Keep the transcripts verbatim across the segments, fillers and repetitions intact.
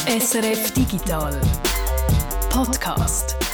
S R F Digital Podcast.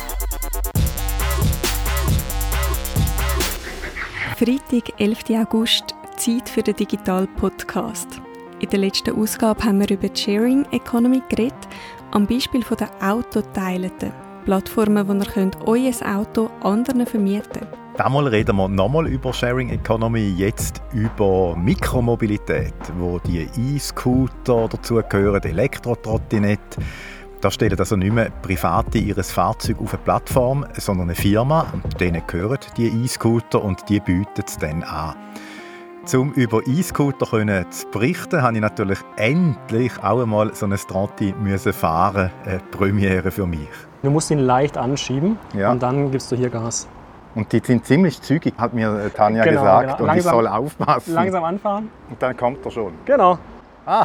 Freitag, elften August, Zeit für den Digital Podcast. In der letzten Ausgabe haben wir über die Sharing Economy geredet, am Beispiel der Autoteilenden. Plattformen, wo ihr euer Auto anderen vermieten könnt. Damals reden wir nochmal über Sharing Economy, jetzt über Mikromobilität, wo die E-Scooter dazugehören, Elektro-Trottinette. Da stellen also nicht mehr Private ihr Fahrzeug auf eine Plattform, sondern eine Firma, und denen gehören die E-Scooter und die bieten es dann an. Um über E-Scooter zu berichten, habe ich natürlich endlich auch einmal so ein Trotti fahren, eine Premiere für mich. Du musst ihn leicht anschieben, ja, und dann gibst du hier Gas. Und die sind ziemlich zügig, hat mir Tanja genau, gesagt. Genau. Und langsam, ich soll aufpassen. Langsam anfahren. Und dann kommt er schon. Genau. Ah.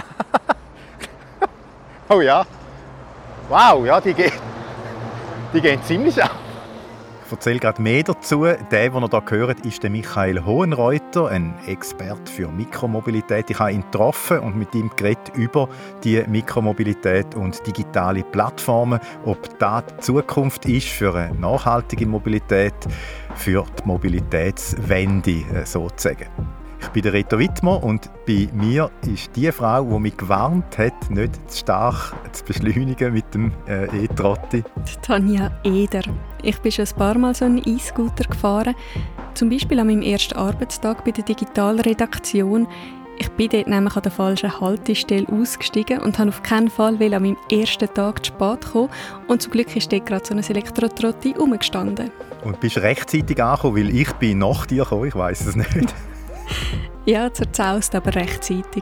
Oh ja. Wow, ja, die gehen, die gehen ziemlich auf. Ich erzähle gerade mehr dazu. Der, den ihr hier hört, ist der Michael Hohenreuter, ein Experte für Mikromobilität. Ich habe ihn getroffen und mit ihm geredet über die Mikromobilität und digitale Plattformen, ob das die Zukunft ist für eine nachhaltige Mobilität, für die Mobilitätswende sozusagen. Ich bin der Reto Wittmer und bei mir ist die Frau, die mich gewarnt hat, nicht zu stark zu beschleunigen mit dem äh, E-Trotti. Tanja Eder. Ich bin schon ein paar Mal so einen E-Scooter gefahren. Zum Beispiel an meinem ersten Arbeitstag bei der Digitalredaktion. Ich bin dort nämlich an der falschen Haltestelle ausgestiegen und habe auf keinen Fall an meinem ersten Tag zu spät kommen. Und zum Glück ist dort gerade so ein Elektro-Trotti rumgestanden. Und bist rechtzeitig angekommen, weil ich bin nach dir gekommen, ich weiss es nicht. Ja, zur Zaust, aber rechtzeitig.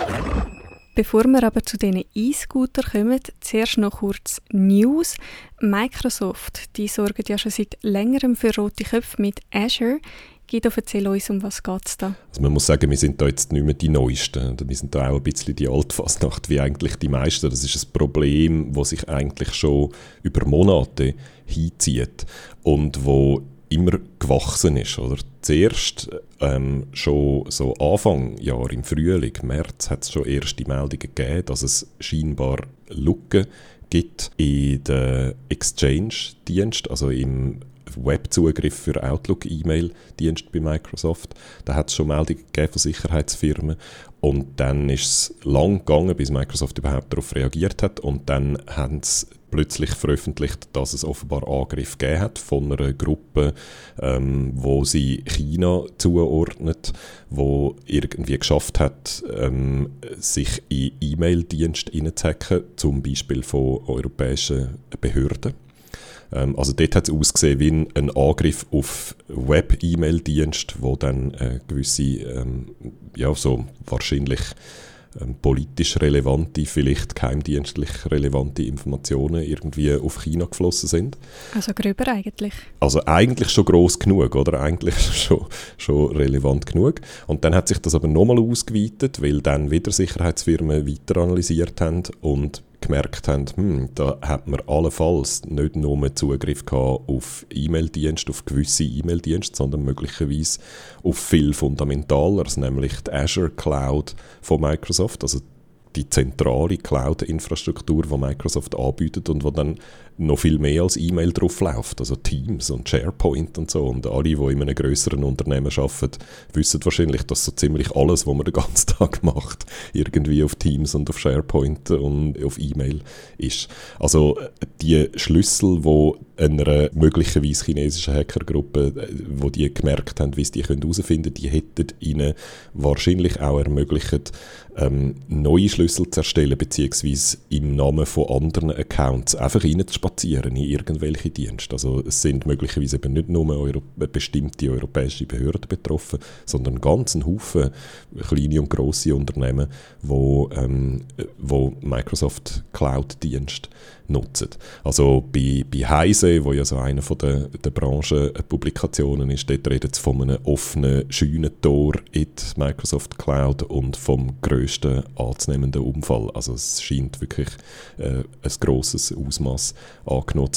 Bevor wir aber zu diesen E-Scooter kommen, zuerst noch kurz News. Microsoft, die sorgen ja schon seit längerem für rote Köpfe mit Azure. Guido, erzähl uns, um was geht es da? Also man muss sagen, wir sind da jetzt nicht mehr die Neuesten. Wir sind da auch ein bisschen die Altfasnacht wie eigentlich die meisten. Das ist ein Problem, das sich eigentlich schon über Monate hinzieht und wo immer gewachsen ist. Oder? Zuerst ähm, schon so Anfang Jahr, im Frühling, März, hat es schon erste Meldungen gegeben, dass es scheinbar Lücken gibt in den Exchange-Dienst, also im Webzugriff für Outlook-E-Mail-Dienst bei Microsoft. Da hat es schon Meldungen gegeben von Sicherheitsfirmen. Und dann ist es lang gegangen, bis Microsoft überhaupt darauf reagiert hat. Und dann haben sie plötzlich veröffentlicht, dass es offenbar Angriffe gegeben hat von einer Gruppe, ähm, wo sie China zuordnet, wo irgendwie geschafft hat, ähm, sich in E-Mail-Dienste hineinzuhacken, zum Beispiel von europäischen Behörden. Ähm, also dort hat es ausgesehen wie ein Angriff auf Web-E-Mail-Dienste, wo dann äh, gewisse, ähm, ja so wahrscheinlich ähm, politisch relevante, vielleicht geheimdienstlich relevante Informationen irgendwie auf China geflossen sind. Also gröber eigentlich? Also eigentlich schon gross genug, oder? Eigentlich schon, schon relevant genug. Und dann hat sich das aber nochmal ausgeweitet, weil dann wieder Sicherheitsfirmen weiter analysiert haben und gemerkt haben, hm, da hat man allenfalls nicht nur Zugriff gehabt auf E-Mail-Dienste, auf gewisse E-Mail-Dienste, sondern möglicherweise auf viel Fundamentaleres, nämlich die Azure Cloud von Microsoft, also die zentrale Cloud-Infrastruktur, die Microsoft anbietet und wo dann noch viel mehr als E-Mail drauf läuft, also Teams und SharePoint und so. Und alle, die in einem grösseren Unternehmen arbeiten, wissen wahrscheinlich, dass so ziemlich alles, was man den ganzen Tag macht, irgendwie auf Teams und auf SharePoint und auf E-Mail ist. Also die Schlüssel, die einer möglicherweise chinesischen Hackergruppe, wo die gemerkt haben, wie sie die herausfinden können, die hätten ihnen wahrscheinlich auch ermöglicht, ähm, neue Schlüssel zu erstellen, beziehungsweise im Namen von anderen Accounts einfach reinzuspazieren in irgendwelche Dienste. Also es sind möglicherweise eben nicht nur Euro- bestimmte europäische Behörden betroffen, sondern ganz ein Haufen kleine und grosse Unternehmen, wo, ähm, wo Microsoft Cloud-Dienste nutzen. Also bei, bei Heise, wo ja so eine von der, der Branchenpublikationen ist, dort redet es von einem offenen Scheunentor in die Microsoft Cloud und vom grössten anzunehmenden Unfall. Also es scheint wirklich äh, ein grosses Ausmaß angenommen zu haben.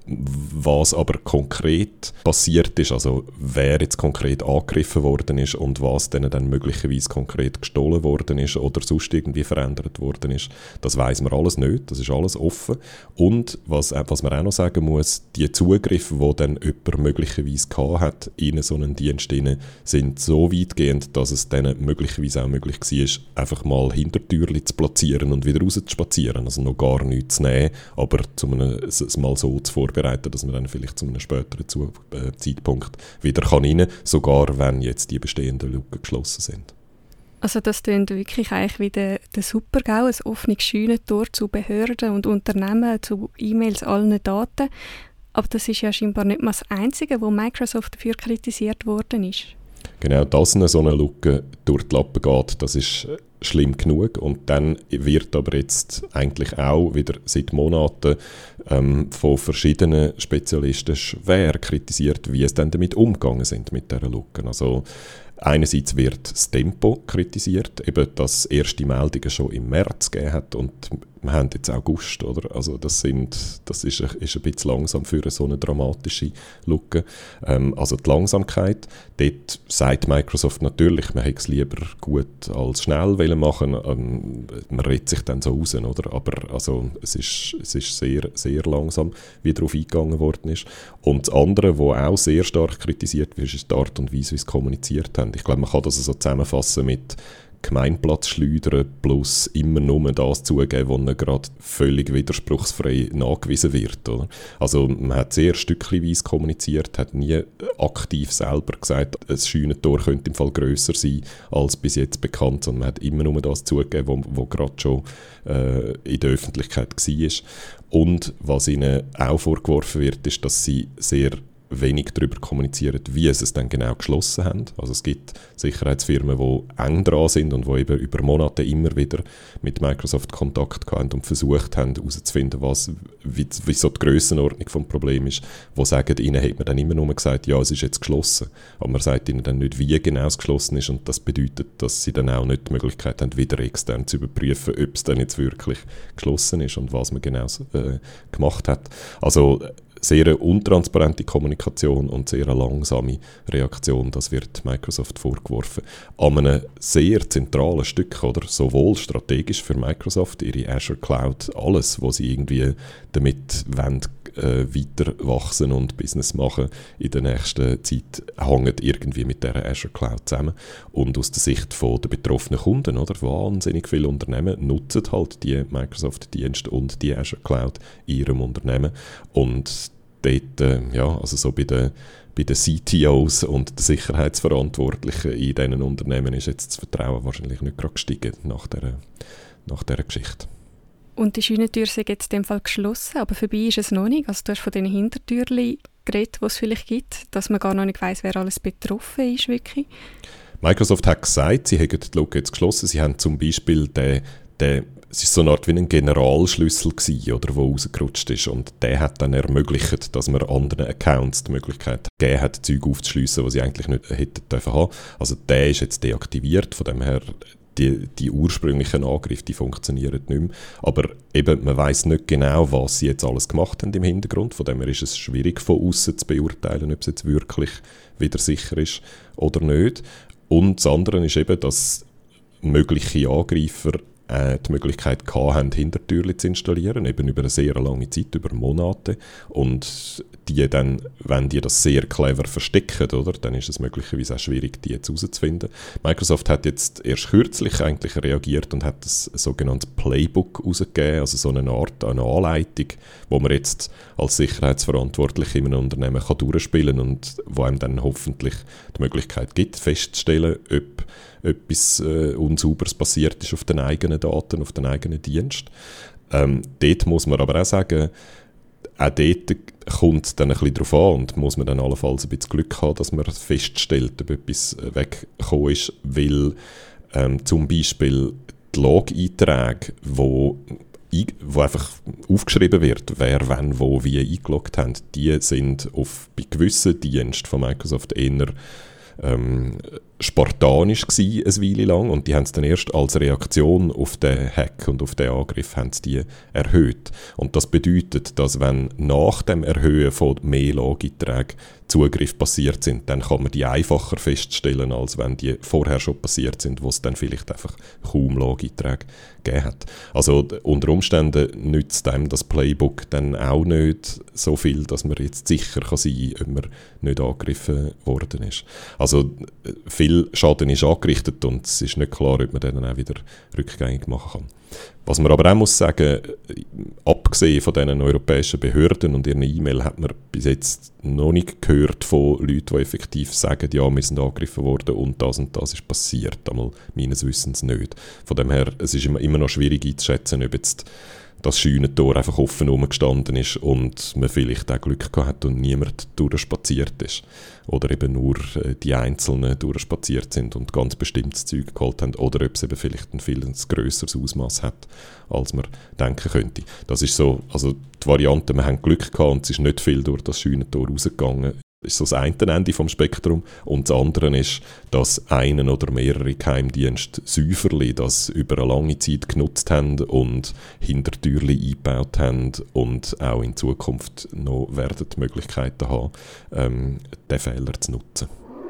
Was aber konkret passiert ist, also wer jetzt konkret angegriffen worden ist und was denen dann möglicherweise konkret gestohlen worden ist oder sonst irgendwie verändert worden ist, das weiss man alles nicht, das ist alles offen. Und was, was man auch noch sagen muss, die Zugriffe, die dann jemand möglicherweise gehabt hat in so einen Dienst rein, sind so weitgehend, dass es dann möglicherweise auch möglich war, einfach mal Hintertürchen zu platzieren und wieder rauszuspazieren, also noch gar nichts zu nehmen, aber zu einem, es mal so zu vorbereiten, dass man dann vielleicht zu einem späteren zu, äh, Zeitpunkt wieder kann rein kann, sogar wenn jetzt die bestehenden Lücken geschlossen sind. Also das klingt wirklich eigentlich wie der, der Super-GAU, ein offenes Scheunentor zu Behörden und Unternehmen, zu E-Mails, allen Daten. Aber das ist ja scheinbar nicht mal das Einzige, wo Microsoft dafür kritisiert worden ist. Genau, dass eine so eine Lücke durch die Lappen geht, das ist schlimm genug. Und dann wird aber jetzt eigentlich auch wieder seit Monaten ähm, von verschiedenen Spezialisten schwer kritisiert, wie es dann damit umgegangen sind mit dieser Lücke. Also einerseits wird das Tempo kritisiert, eben dass erste Meldungen schon im März gegeben hat und wir haben jetzt August, oder? Also das, sind, das ist, ein, ist ein bisschen langsam für so eine dramatische Lücke. Ähm, also die Langsamkeit, dort sagt Microsoft natürlich, man hätte es lieber gut als schnell wollen machen, ähm, man redet sich dann so raus, oder? Aber also, es ist, es ist sehr, sehr langsam, wie darauf eingegangen worden ist. Und das andere, was auch sehr stark kritisiert wird, ist die Art und Weise, wie sie kommuniziert haben. Ich glaube, man kann das so zusammenfassen mit Gemeinplatz schleudern plus immer nur das zugeben, was ihnen gerade völlig widerspruchsfrei nachgewiesen wird. Oder? Also man hat sehr stückchenweise kommuniziert, hat nie aktiv selber gesagt, ein Scheunentor könnte im Fall grösser sein als bis jetzt bekannt, sondern man hat immer nur das zugegeben, was gerade schon äh, in der Öffentlichkeit war. Und was ihnen auch vorgeworfen wird, ist, dass sie sehr wenig darüber kommunizieren, wie sie es dann genau geschlossen haben. Also es gibt Sicherheitsfirmen, die eng dran sind und die eben über Monate immer wieder mit Microsoft Kontakt hatten und versucht haben herauszufinden, was, wie, wie so die Grössenordnung des Problems ist. Die sagen, ihnen hat man dann immer nur gesagt, ja, es ist jetzt geschlossen. Aber man sagt ihnen dann nicht, wie genau es geschlossen ist und das bedeutet, dass sie dann auch nicht die Möglichkeit haben, wieder extern zu überprüfen, ob es dann jetzt wirklich geschlossen ist und was man genau äh, gemacht hat. Also sehr untransparente Kommunikation und sehr langsame Reaktion, das wird Microsoft vorgeworfen. An einem sehr zentralen Stück, oder? Sowohl strategisch für Microsoft, ihre Azure Cloud, alles, was sie irgendwie damit wollen, äh, weiter wachsen und Business machen in der nächsten Zeit, hängt irgendwie mit dieser Azure Cloud zusammen. Und aus der Sicht der betroffenen Kunden, oder? Wahnsinnig viele Unternehmen nutzen halt die Microsoft-Dienste und die Azure Cloud in ihrem Unternehmen. Und dort, äh, ja, also so bei den, bei den C T Os und den Sicherheitsverantwortlichen in diesen Unternehmen ist jetzt das Vertrauen wahrscheinlich nicht gerade gestiegen nach dieser, nach dieser Geschichte. Und die Scheunentür ist jetzt in dem Fall geschlossen, aber vorbei ist es noch nicht. Also du hast von diesen Hintertürchen geredet, die es vielleicht gibt, dass man gar noch nicht weiss, wer alles betroffen ist wirklich. Microsoft hat gesagt, sie hätten die Lücke jetzt geschlossen. Sie haben zum Beispiel den, den es war so eine Art wie ein Generalschlüssel gewesen, oder, der rausgerutscht ist. Und der hat dann ermöglicht, dass man anderen Accounts die Möglichkeit gegeben hat, Zeug aufzuschliessen, die sie eigentlich nicht hätten dürfen haben. Also der ist jetzt deaktiviert, von dem her die, die ursprünglichen Angriffe, die funktionieren nicht mehr. Aber eben, man weiss nicht genau, was sie jetzt alles gemacht haben im Hintergrund. Von dem her ist es schwierig von außen zu beurteilen, ob es jetzt wirklich wieder sicher ist oder nicht. Und das andere ist eben, dass mögliche Angreifer die Möglichkeit gehabt haben, Hintertürchen zu installieren, eben über eine sehr lange Zeit, über Monate. Und die dann, wenn die das sehr clever verstecken, oder, dann ist es möglicherweise auch schwierig, die jetzt herauszufinden. Microsoft hat jetzt erst kürzlich eigentlich reagiert und hat das sogenannte Playbook herausgegeben, also so eine Art, eine Anleitung, wo man jetzt als Sicherheitsverantwortliche in einem Unternehmen kann durchspielen kann und wo einem dann hoffentlich die Möglichkeit gibt, festzustellen, ob etwas äh, Unsauberes passiert ist auf den eigenen Daten, auf den eigenen Dienst. Ähm, dort muss man aber auch sagen, auch dort kommt es dann ein bisschen darauf an und muss man dann allenfalls ein bisschen Glück haben, dass man feststellt, ob etwas weggekommen ist, weil ähm, zum Beispiel die Log-Einträge, wo, wo einfach aufgeschrieben wird, wer wann wo wie eingeloggt hat, die sind auf, bei gewissen Diensten von Microsoft eher ähm, spartanisch gewesen, eine Weile lang, und die haben es dann erst als Reaktion auf den Hack und auf den Angriff haben sie die erhöht. Und das bedeutet, dass wenn nach dem Erhöhen von mehr Logiträgen Zugriff passiert sind, dann kann man die einfacher feststellen, als wenn die vorher schon passiert sind, wo es dann vielleicht einfach kaum Logiträge gegeben hat. Also unter Umständen nützt einem das Playbook dann auch nicht so viel, dass man jetzt sicher kann sein kann, ob man nicht angegriffen worden ist. Also viel Schaden ist angerichtet und es ist nicht klar, ob man den dann auch wieder rückgängig machen kann. Was man aber auch muss sagen, abgesehen von diesen europäischen Behörden und ihren E-Mail hat man bis jetzt noch nicht gehört von Leuten, die effektiv sagen, ja, wir sind angegriffen worden und das und das ist passiert. Einmal meines Wissens nicht. Von dem her, es ist immer, immer noch schwierig einzuschätzen, ob jetzt das Scheunentor einfach offen rumgestanden ist und man vielleicht auch Glück gehabt hat und niemand durchspaziert ist. Oder eben nur die Einzelnen durchspaziert sind und ganz bestimmtes Zeug geholt haben. Oder ob es eben vielleicht ein viel grösseres Ausmaß hat, als man denken könnte. Das ist so, also die Variante, wir haben Glück gehabt und es ist nicht viel durch das Scheunentor rausgegangen, ist so das eine Ende vom Spektrum. Und das andere ist, dass einen oder mehrere Geheimdienste Säuferli das über eine lange Zeit genutzt haben und Hintertürchen eingebaut haben und auch in Zukunft noch werden die Möglichkeiten haben, ähm, den Fehler zu nutzen.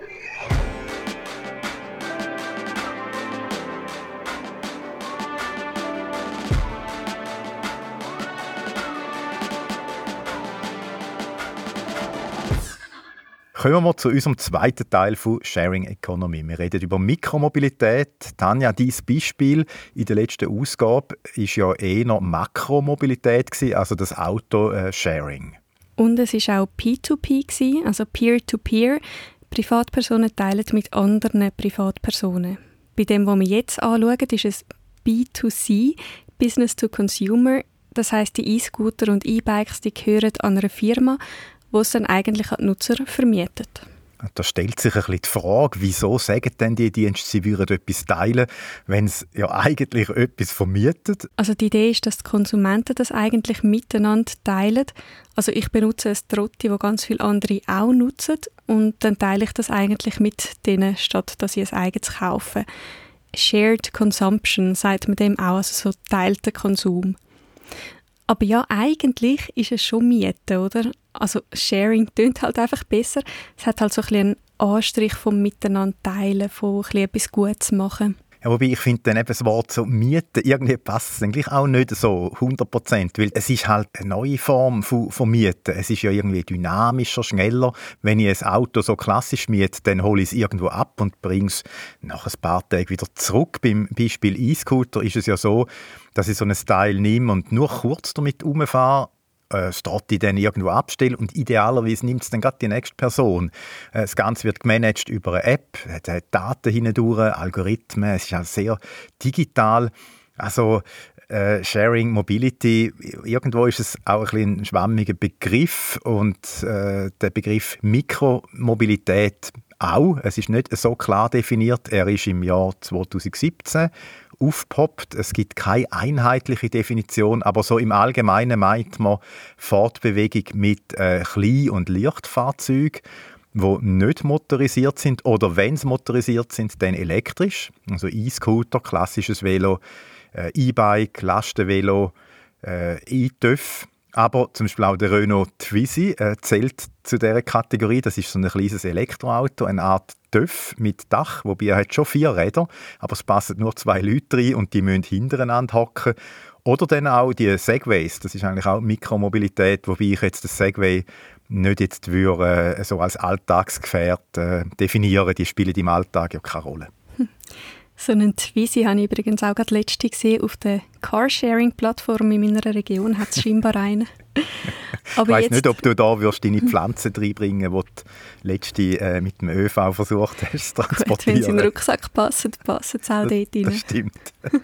Kommen wir mal zu unserem zweiten Teil von Sharing Economy. Wir reden über Mikromobilität. Tanja, dein Beispiel in der letzten Ausgabe war ja eher Makromobilität, also das Auto-Sharing. Und es war auch P zwei P, also Peer-to-Peer. Privatpersonen teilen mit anderen Privatpersonen. Bei dem, was wir jetzt anschauen, ist es B zwei C, Business to Consumer. Das heisst, die E-Scooter und E-Bikes die gehören an einer Firma, die es dann eigentlich an die Nutzer vermietet. Da stellt sich ein bisschen die Frage, wieso sagen denn die Dienste, sie würden etwas teilen, wenn es ja eigentlich etwas vermietet? Also die Idee ist, dass die Konsumenten das eigentlich miteinander teilen. Also ich benutze ein Trotti, das ganz viele andere auch nutzen, und dann teile ich das eigentlich mit denen, statt dass ich ein eigenes kaufe. Shared Consumption sagt man dem auch, also so teilter Konsum. Aber ja, eigentlich ist es schon Miete, oder? Also Sharing tönt halt einfach besser. Es hat halt so ein bisschen einen Anstrich vom Miteinander teilen, von ein bisschen etwas Gutes machen. Ja, wobei ich finde dann eben das Wort so Mieten, irgendwie passt es eigentlich auch nicht so hundert Prozent, weil es ist halt eine neue Form von, von Mieten. Es ist ja irgendwie dynamischer, schneller. Wenn ich ein Auto so klassisch miete, dann hole ich es irgendwo ab und bringe es nach ein paar Tagen wieder zurück. Beim Beispiel E-Scooter ist es ja so, dass ich so ein Teil nehme und nur kurz damit rumfahre, das Trotti dann irgendwo abstelle und idealerweise nimmt es dann gerade die nächste Person. Das Ganze wird gemanagt über eine App, es hat Daten hindurch, Algorithmen, es ist auch sehr digital. Also äh, Sharing Mobility, irgendwo ist es auch ein bisschen ein schwammiger Begriff und äh, der Begriff Mikromobilität auch. Es ist nicht so klar definiert, er ist im Jahr zweitausendsiebzehn aufgepoppt. Es gibt keine einheitliche Definition, aber so im Allgemeinen meint man Fortbewegung mit äh, Klein- und Leichtfahrzeugen, die nicht motorisiert sind oder wenn sie motorisiert sind, dann elektrisch. Also E-Scooter, klassisches Velo, äh, E-Bike, Lastenvelo, äh, E-Töff. Aber zum Beispiel auch der Renault Twizy äh, zählt zu dieser Kategorie. Das ist so ein kleines Elektroauto, eine Art Töff mit Dach, wobei er hat schon vier Räder, aber es passen nur zwei Leute rein und die müssen hintereinander hocken. Oder dann auch die Segways, das ist eigentlich auch Mikromobilität, wobei ich jetzt das Segway nicht jetzt würde, äh, so als Alltagsgefährt äh, definieren. Die spielen im Alltag ja keine Rolle. Hm. So einen Twizy habe ich übrigens auch gerade letzte gesehen. Auf der Carsharing-Plattform in meiner Region hat es scheinbar einen. Aber ich weiss jetzt nicht, ob du da wirst deine Pflanzen reinbringen, die du letzte äh, mit dem ÖV versucht hast zu transportieren. Gut, wenn sie in den Rucksack passen, passen sie auch dort rein. Das stimmt.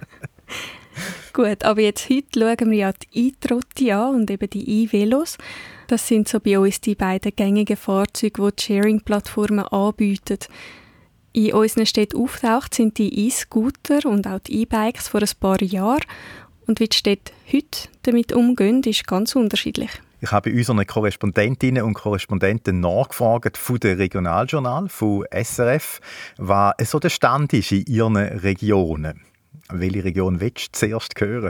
Gut, aber jetzt heute schauen wir ja die E-Trotti an und eben die E-Velos. Das sind so bei uns die beiden gängigen Fahrzeuge, die die Sharing-Plattformen anbieten. In unseren Städten auftaucht sind die E-Scooter und auch die E-Bikes vor ein paar Jahren. Und wie die Städte heute damit umgehen, ist ganz unterschiedlich. Ich habe bei unseren Korrespondentinnen und Korrespondenten nachgefragt von den Regionaljournal, von S R F, was so der Stand ist in ihren Regionen. Welche Region willst du zuerst hören?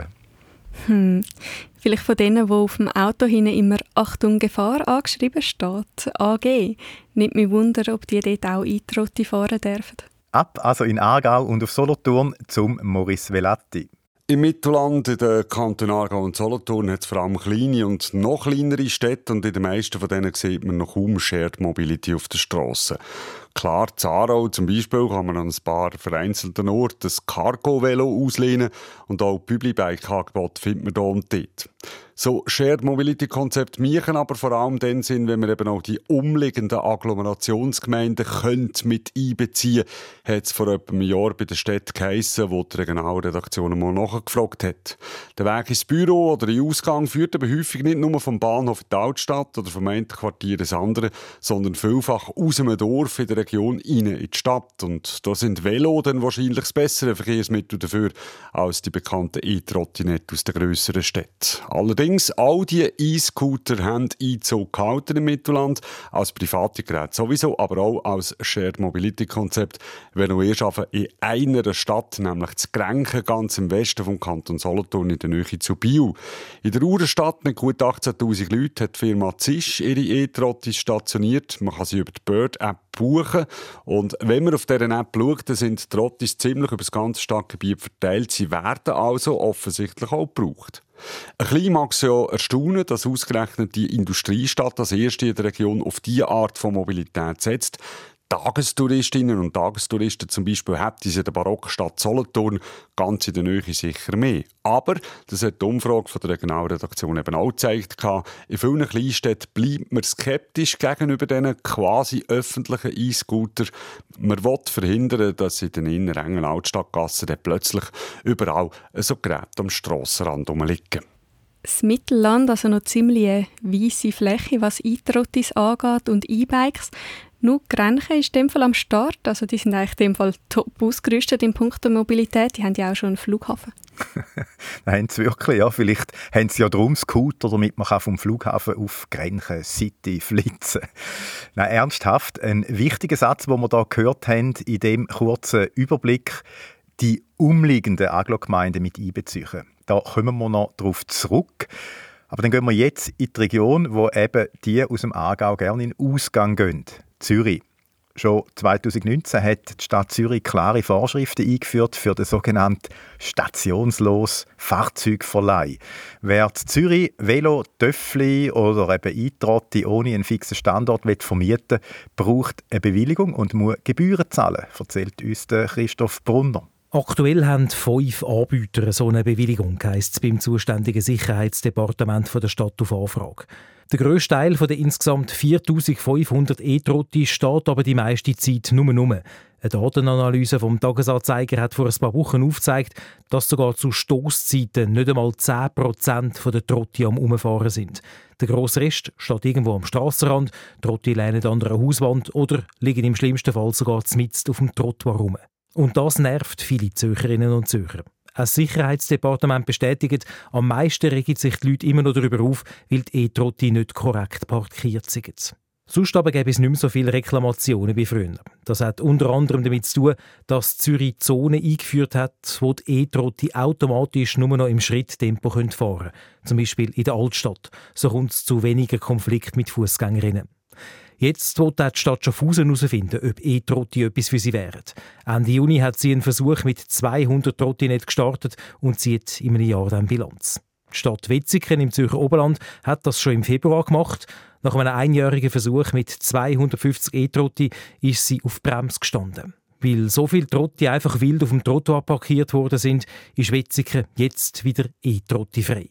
Hm. Vielleicht von denen, wo auf dem Auto hinten immer «Achtung, Gefahr» angeschrieben steht, A G. Nicht mich wundern, ob die dort auch Eintrotti fahren dürfen. Ab also in Aargau und auf Solothurn zum Maurice Velati. Im Mittelland, in den Kantonen Aargau und Solothurn, hat es vor allem kleine und noch kleinere Städte und in den meisten von denen sieht man noch kaum Shared Mobility auf der Strasse. Klar, in Aarau zum Beispiel kann man an ein paar vereinzelten Orten das Cargo-Velo auslehnen und auch Publibike-Angebote findet man da und dort. So Shared Mobility-Konzepte machen aber vor allem dann Sinn, wenn man eben auch die umliegenden Agglomerationsgemeinden mit einbeziehen könnte, hat es vor etwa einem Jahr bei der Stadt geheissen, wo die Regionalredaktion mal nachgefragt hat. Der Weg ins Büro oder in den Ausgang führt aber häufig nicht nur vom Bahnhof in die Altstadt oder vom einen Quartier ins andere, sondern vielfach aus einem Dorf in der Region rein in die Stadt. Und da sind Velo dann wahrscheinlich das bessere Verkehrsmittel dafür als die bekannten E-Trottinette aus den grösseren Städten. Allerdings all diese E-Scooter haben Einzug gehalten im Mittelland, als private Geräte sowieso, aber auch als Shared Mobility-Konzept, wenn wir erst in einer Stadt, nämlich zu Grenchen, ganz im Westen vom Kanton Solothurn in der Nähe zu Biel. In der Uhrenstadt mit gut achtzehntausend Leuten hat die Firma Zisch ihre E-Trottis stationiert. Man kann sie über die Bird-App buchen. Und wenn man auf dieser App schaut, dann sind die Trottis ziemlich über das ganze Stadtgebiet verteilt. Sie werden also offensichtlich auch gebraucht. Ein bisschen mag es ja erstaunen, dass ausgerechnet die Industriestadt als erste in der Region auf diese Art von Mobilität setzt. Tagestouristinnen und Tagestouristen zum Beispiel hätten sie in der Barockstadt Solothurn ganz in der Nähe sicher mehr. Aber, das hat die Umfrage von der Regionalredaktion eben auch gezeigt, in vielen Kleinstädten bleibt man skeptisch gegenüber diesen quasi öffentlichen E-Scooter. Man will verhindern, dass in den inneren Altstadtgassen dann plötzlich überall so Geräte am Strassenrand rumliegen. Das Mittelland, also noch ziemlich eine weisse Fläche, was E-Trottis angeht und E-Bikes. Nur Grenchen ist in dem Fall am Start. Also die sind eigentlich in dem Fall top ausgerüstet in puncto Mobilität. Die haben ja auch schon einen Flughafen. Nein, haben sie wirklich. Ja. Vielleicht haben sie ja darum Scooter, damit man vom Flughafen auf Grenchen City flitzen kann. Nein, ernsthaft. Ein wichtiger Satz, den wir hier gehört haben in dem kurzen Überblick, die umliegenden Agglogemeinden mit einbeziehen. Da kommen wir noch darauf zurück. Aber dann gehen wir jetzt in die Region, wo eben die aus dem Aargau gerne in den Ausgang gehen. Zürich. Schon zweitausendneunzehn hat die Stadt Zürich klare Vorschriften eingeführt für den sogenannten stationslosen Fahrzeugverleih. Wer in Zürich Velo, Töffli oder eben E-Trotti ohne einen fixen Standort vermieten will, braucht eine Bewilligung und muss Gebühren zahlen, erzählt uns Christoph Brunner. Aktuell haben fünf Anbieter so eine Bewilligung, heisst es beim zuständigen Sicherheitsdepartement der Stadt auf Anfrage. Der grösste Teil der insgesamt viertausendfünfhundert E-Trotti steht aber die meiste Zeit nur nur. Eine Datenanalyse vom Tagesanzeiger hat vor ein paar Wochen aufgezeigt, dass sogar zu Stosszeiten nicht einmal zehn Prozent der Trotti am Umfahren sind. Der grosse Rest steht irgendwo am Strassenrand, Trotti lehnen an einer Hauswand oder liegen im schlimmsten Fall sogar mitten auf dem Trottoir rum. Und das nervt viele Zürcherinnen und Zürcher. Das Sicherheitsdepartement bestätigt, am meisten regen sich die Leute immer noch darüber auf, weil die E-Trotti nicht korrekt parkiert sind. Sonst aber gäbe es nicht mehr so viele Reklamationen wie früher. Das hat unter anderem damit zu tun, dass Zürich Zonen eingeführt hat, wo die E-Trotti automatisch nur noch im Schritttempo fahren können. Zum Beispiel in der Altstadt. So kommt es zu weniger Konflikten mit Fußgängerinnen. Jetzt will die Stadt Schaffhausen herausfinden, ob E-Trotti etwas für sie wären. Ende Juni hat sie einen Versuch mit zweihundert Trottinetten gestartet und zieht in einem Jahr dann Bilanz. Die Stadt Wetzikon im Zürcher Oberland hat das schon im Februar gemacht. Nach einem einjährigen Versuch mit zweihundertfünfzig E-Trotti ist sie auf Bremse gestanden. Weil so viele Trotti einfach wild auf dem Trottoir parkiert worden sind, ist Wetzikon jetzt wieder E-Trotti frei.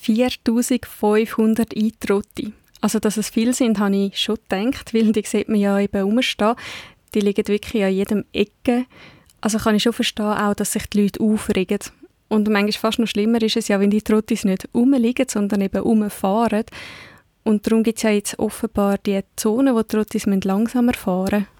viertausendfünfhundert E-Trotti. Also, dass es viel sind, habe ich schon gedacht, weil die sieht man ja eben rumstehen. Die liegen wirklich an jedem Ecke. Also kann ich schon verstehen, auch, dass sich die Leute aufregen. Und manchmal fast noch schlimmer ist es ja, wenn die Trottis nicht rumliegen, sondern eben rumfahren. Und darum gibt es ja jetzt offenbar die Zonen, wo die Trottis langsamer fahren müssen.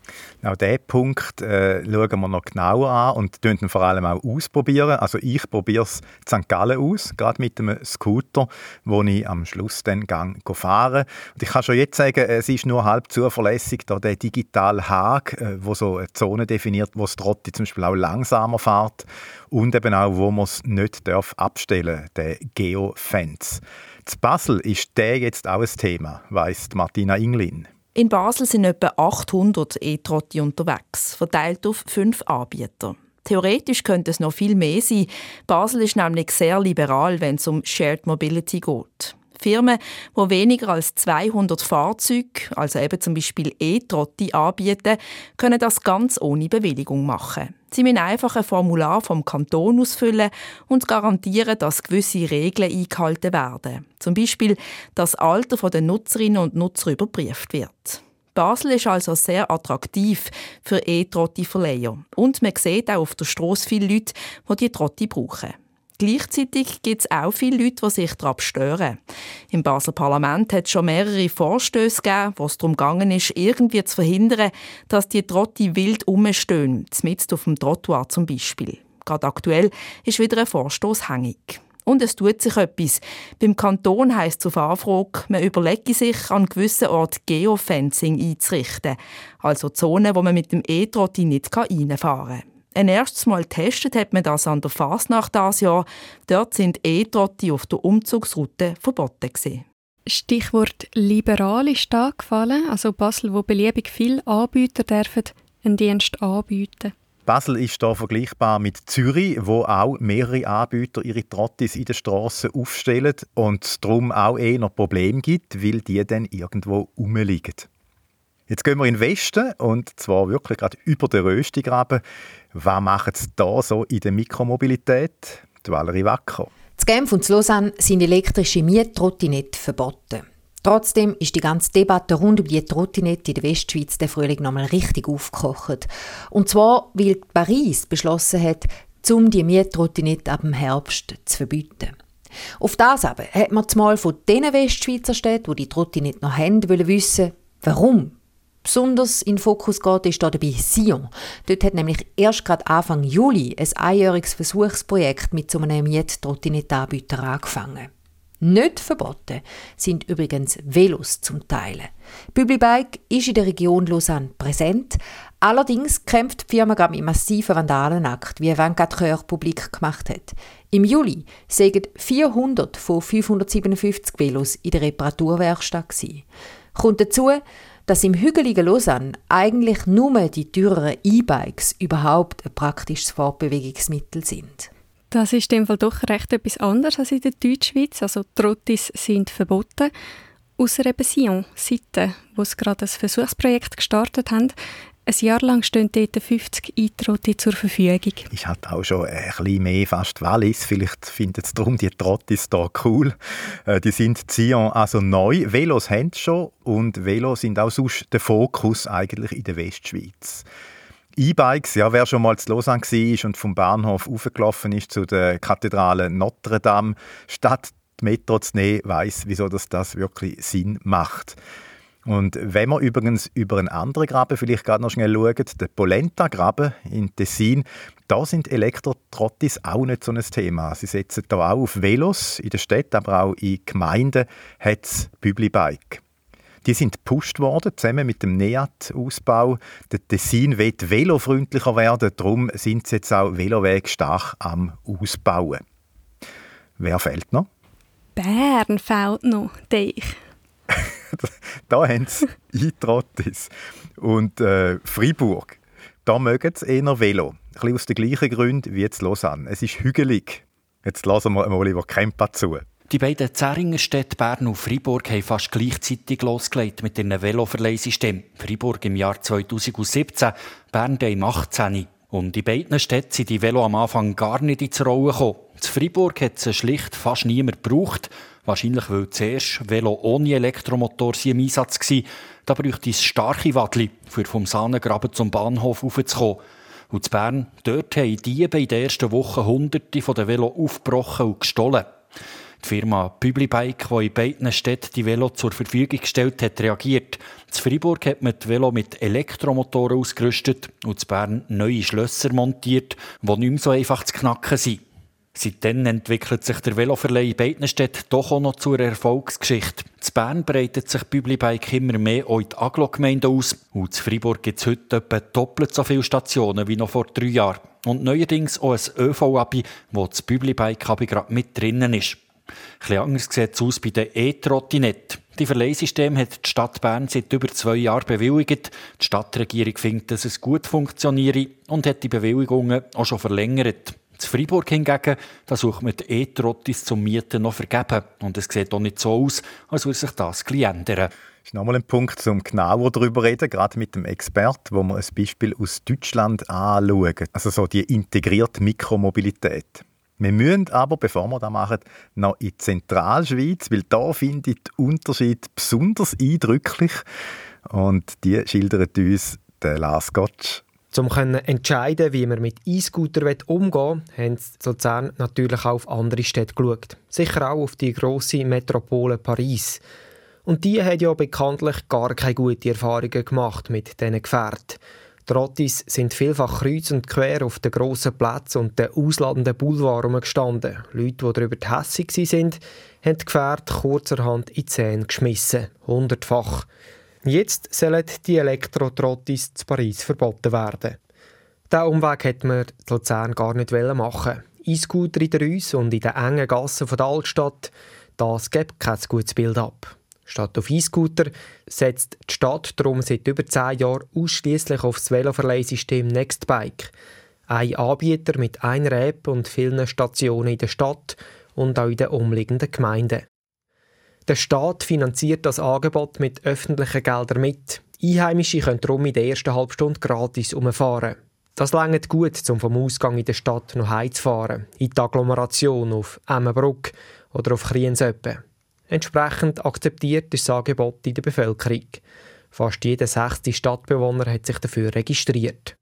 Auch diesen Punkt äh, schauen wir noch genauer an und ihn vor allem auch ausprobieren. Also ich probiere es in Sankt Gallen aus, gerade mit einem Scooter, wo ich am Schluss dann gang fahren. Und ich kann schon jetzt sagen, es ist nur halb zuverlässig, da der digitale Haken, äh, wo so eine Zone definiert, wo das Trotti zum Beispiel auch langsamer fährt und eben auch, wo man es nicht darf abstellen, der Geofence. In Basel ist der jetzt auch ein Thema, weiss Martina Inglin. In Basel sind etwa achthundert E-Trotti unterwegs, verteilt auf fünf Anbieter. Theoretisch könnte es noch viel mehr sein. Basel ist nämlich sehr liberal, wenn es um Shared Mobility geht. Firmen, die weniger als zweihundert Fahrzeuge, also eben zum Beispiel E-Trotti, anbieten, können das ganz ohne Bewilligung machen. Sie müssen einfach ein Formular vom Kanton ausfüllen und garantieren, dass gewisse Regeln eingehalten werden. Zum Beispiel, dass das Alter der Nutzerinnen und Nutzer überprüft wird. Basel ist also sehr attraktiv für E-Trotti-Verleiher. Und man sieht auch auf der Strasse viele Leute, die die Trotti brauchen. Gleichzeitig gibt es auch viele Leute, die sich daran stören. Im Basler Parlament hat es schon mehrere Vorstöße gegeben, wo es darum gegangen ist, irgendwie zu verhindern, dass die Trotti wild rumstehen, mitten auf dem Trottoir zum Beispiel. Gerade aktuell ist wieder ein Vorstoß hängig. Und es tut sich etwas. Beim Kanton heisst es auf Anfrage, man überlege sich, an gewissen Orten Geofencing einzurichten. Also Zonen, wo man mit dem E-Trotti nicht reinfahren kann. Ein erstes Mal getestet hat man das an der Fasnacht dieses Jahr. Dort sind E-Trotti auf der Umzugsroute verboten gewesen. Stichwort liberal ist da gefallen, also Basel, wo beliebig viele Anbieter dürfen einen Dienst anbieten. Basel ist hier vergleichbar mit Zürich, wo auch mehrere Anbieter ihre Trottis in den Strassen aufstellen und es darum auch eher noch Probleme gibt, weil die dann irgendwo rumliegen. Jetzt gehen wir in den Westen, und zwar wirklich gerade über den Röstigraben. Was machen sie da so in der Mikromobilität? Die Valerie Wacker. In Genf und in Lausanne sind elektrische Miettrottinette verboten. Trotzdem ist die ganze Debatte rund um die Trottinette in der Westschweiz der Frühling noch mal richtig aufgekocht. Und zwar, weil Paris beschlossen hat, um die Miettrottinette ab dem Herbst zu verbieten. Auf das aber hat man zumal von den Westschweizer Städten, die die Trottinette noch haben, wollen wissen, warum. Besonders in den Fokus geht ist dabei Sion. Dort hat nämlich erst gerade Anfang Juli ein einjähriges Versuchsprojekt mit so einem Miet-Trottinette-Anbieter angefangen. Nicht verboten sind übrigens Velos zum Teilen. Publibike ist in der Region Lausanne präsent. Allerdings kämpft die Firma gerade mit massiven Vandalenakt, wie vingt-quatre Heures publik gemacht hat. Im Juli waren vierhundert von fünfhundertsiebenundfünfzig Velos in der Reparaturwerkstatt. Kommt dazu, dass im hügeligen Lausanne eigentlich nur die teureren E-Bikes überhaupt ein praktisches Fortbewegungsmittel sind. Das ist in dem Fall doch recht etwas anderes als in der Deutschschweiz. Also Trottis sind verboten. Ausser eben Sion, Seite, wo sie gerade ein Versuchsprojekt gestartet haben. Ein Jahr lang stehen dort fünfzig E-Trotti zur Verfügung. Ist halt auch schon ein bisschen mehr fast Wallis. Vielleicht finden sie darum die Trottis hier cool. Die sind in Sion also neu. Velos haben sie schon und Velos sind auch sonst der Fokus eigentlich in der Westschweiz. E-Bikes, ja, wer schon mal zu Lausanne war und vom Bahnhof raufgelaufen ist zu der Kathedrale Notre Dame, statt die Metro zu nehmen, weiss, wieso das, das wirklich Sinn macht. Und wenn wir übrigens über einen anderen Graben vielleicht gerade noch schnell schauen, den Polenta-Graben in Tessin, da sind Elektrotrottis auch nicht so ein Thema. Sie setzen da auch auf Velos, in der Stadt, aber auch in Gemeinden hat es Publibike. Die sind gepusht worden, zusammen mit dem NEAT-Ausbau. Der Tessin will velofreundlicher werden, darum sind sie jetzt auch Veloweg stark am Ausbauen. Wer fehlt noch? Bern fehlt noch, denke ich. Da haben sie E-Trottis. Und äh, Freiburg, da mögen sie eher Velo. Ein bisschen aus den gleichen Gründen wie in Lausanne. Es ist hügelig. Jetzt lassen wir Oliver Kempa zu. Die beiden Zähringer Städte Bern und Freiburg haben fast gleichzeitig losgelegt mit ihren Veloverleihsystemen. Freiburg im Jahr zweitausendsiebzehn, Bern im achtzehn. Und in beiden Städten sind die Velo am Anfang gar nicht ins Rollen gekommen. In Freiburg hat es schlicht fast niemand gebraucht. Wahrscheinlich, weil zuerst Velo ohne Elektromotor im Einsatz war. Da bräuchte es starke Wadli, um vom Sahnengraben zum Bahnhof raufzukommen. Und in Bern, dort haben Diebe in den ersten Wochen Hunderte von den Velo aufgebrochen und gestohlen. Die Firma Publibike, die in beiden Städten die Velo zur Verfügung gestellt hat, reagiert. In Freiburg hat man die Velo mit Elektromotoren ausgerüstet und in Bern neue Schlösser montiert, die nicht mehr so einfach zu knacken sind. Seitdem entwickelt sich der Veloverleih in beiden Städten doch auch noch zu einer Erfolgsgeschichte. In Bern breitet sich Publibike immer mehr auch in die Agglogemeinde aus. Und in Freiburg gibt es heute etwa doppelt so viele Stationen wie noch vor drei Jahren. Und neuerdings auch ein ÖV-Abi, wo das Publibike-Abi gerade mit drinnen ist. Ein bisschen anders sieht es aus bei den E-Trottinetten. Die Verleihsysteme hat die Stadt Bern seit über zwei Jahren bewilligt. Die Stadtregierung findet, dass es gut funktioniere und hat die Bewilligungen auch schon verlängert. In Freiburg hingegen, da sucht man die E-Trottis zum Mieten noch vergeben. Und es sieht auch nicht so aus, als würde sich das ändern. Das ist nochmal ein Punkt, um genauer darüber zu reden, gerade mit dem Experten, wo wir ein Beispiel aus Deutschland anschauen. Also so die integrierte Mikromobilität. Wir müssen aber, bevor wir das machen, noch in die Zentralschweiz, weil da finde ich den Unterschied besonders eindrücklich. Und die schildert uns der Lars Gottsch. Um zu entscheiden, wie man mit E-Scooter umgehen will, haben sie Luzern natürlich auch auf andere Städte geschaut. Sicher auch auf die grosse Metropole Paris. Und die haben ja bekanntlich gar keine guten Erfahrungen gemacht mit diesen Gefährten. Die Trottis sind vielfach kreuz und quer auf den grossen Plätzen und den ausladenden Boulevard herumgestanden. Leute, die darüber hässig waren, haben die Gefährte kurzerhand in die Zähne geschmissen. Hundertfach. Jetzt sollen die Elektro-Trottis zu Paris verboten werden. Diesen Umweg hätte man in Luzern gar nicht machen. E-Scooter in der Reuss und in den engen Gassen der Altstadt, das gibt kein gutes Bild ab. Statt auf E-Scooter setzt die Stadt darum seit über zehn Jahren ausschliesslich auf das Veloverleihsystem Nextbike. Ein Anbieter mit einer App und vielen Stationen in der Stadt und auch in den umliegenden Gemeinden. Der Staat finanziert das Angebot mit öffentlichen Geldern mit. Einheimische können darum in der ersten halben Stunde gratis umfahren. Das reicht gut, um vom Ausgang in der Stadt noch heimzufahren, in die Agglomeration auf Emmenbruck oder auf Kriensöppen. Entsprechend akzeptiert ist das Angebot in der Bevölkerung. Fast jeder sechste Stadtbewohner hat sich dafür registriert.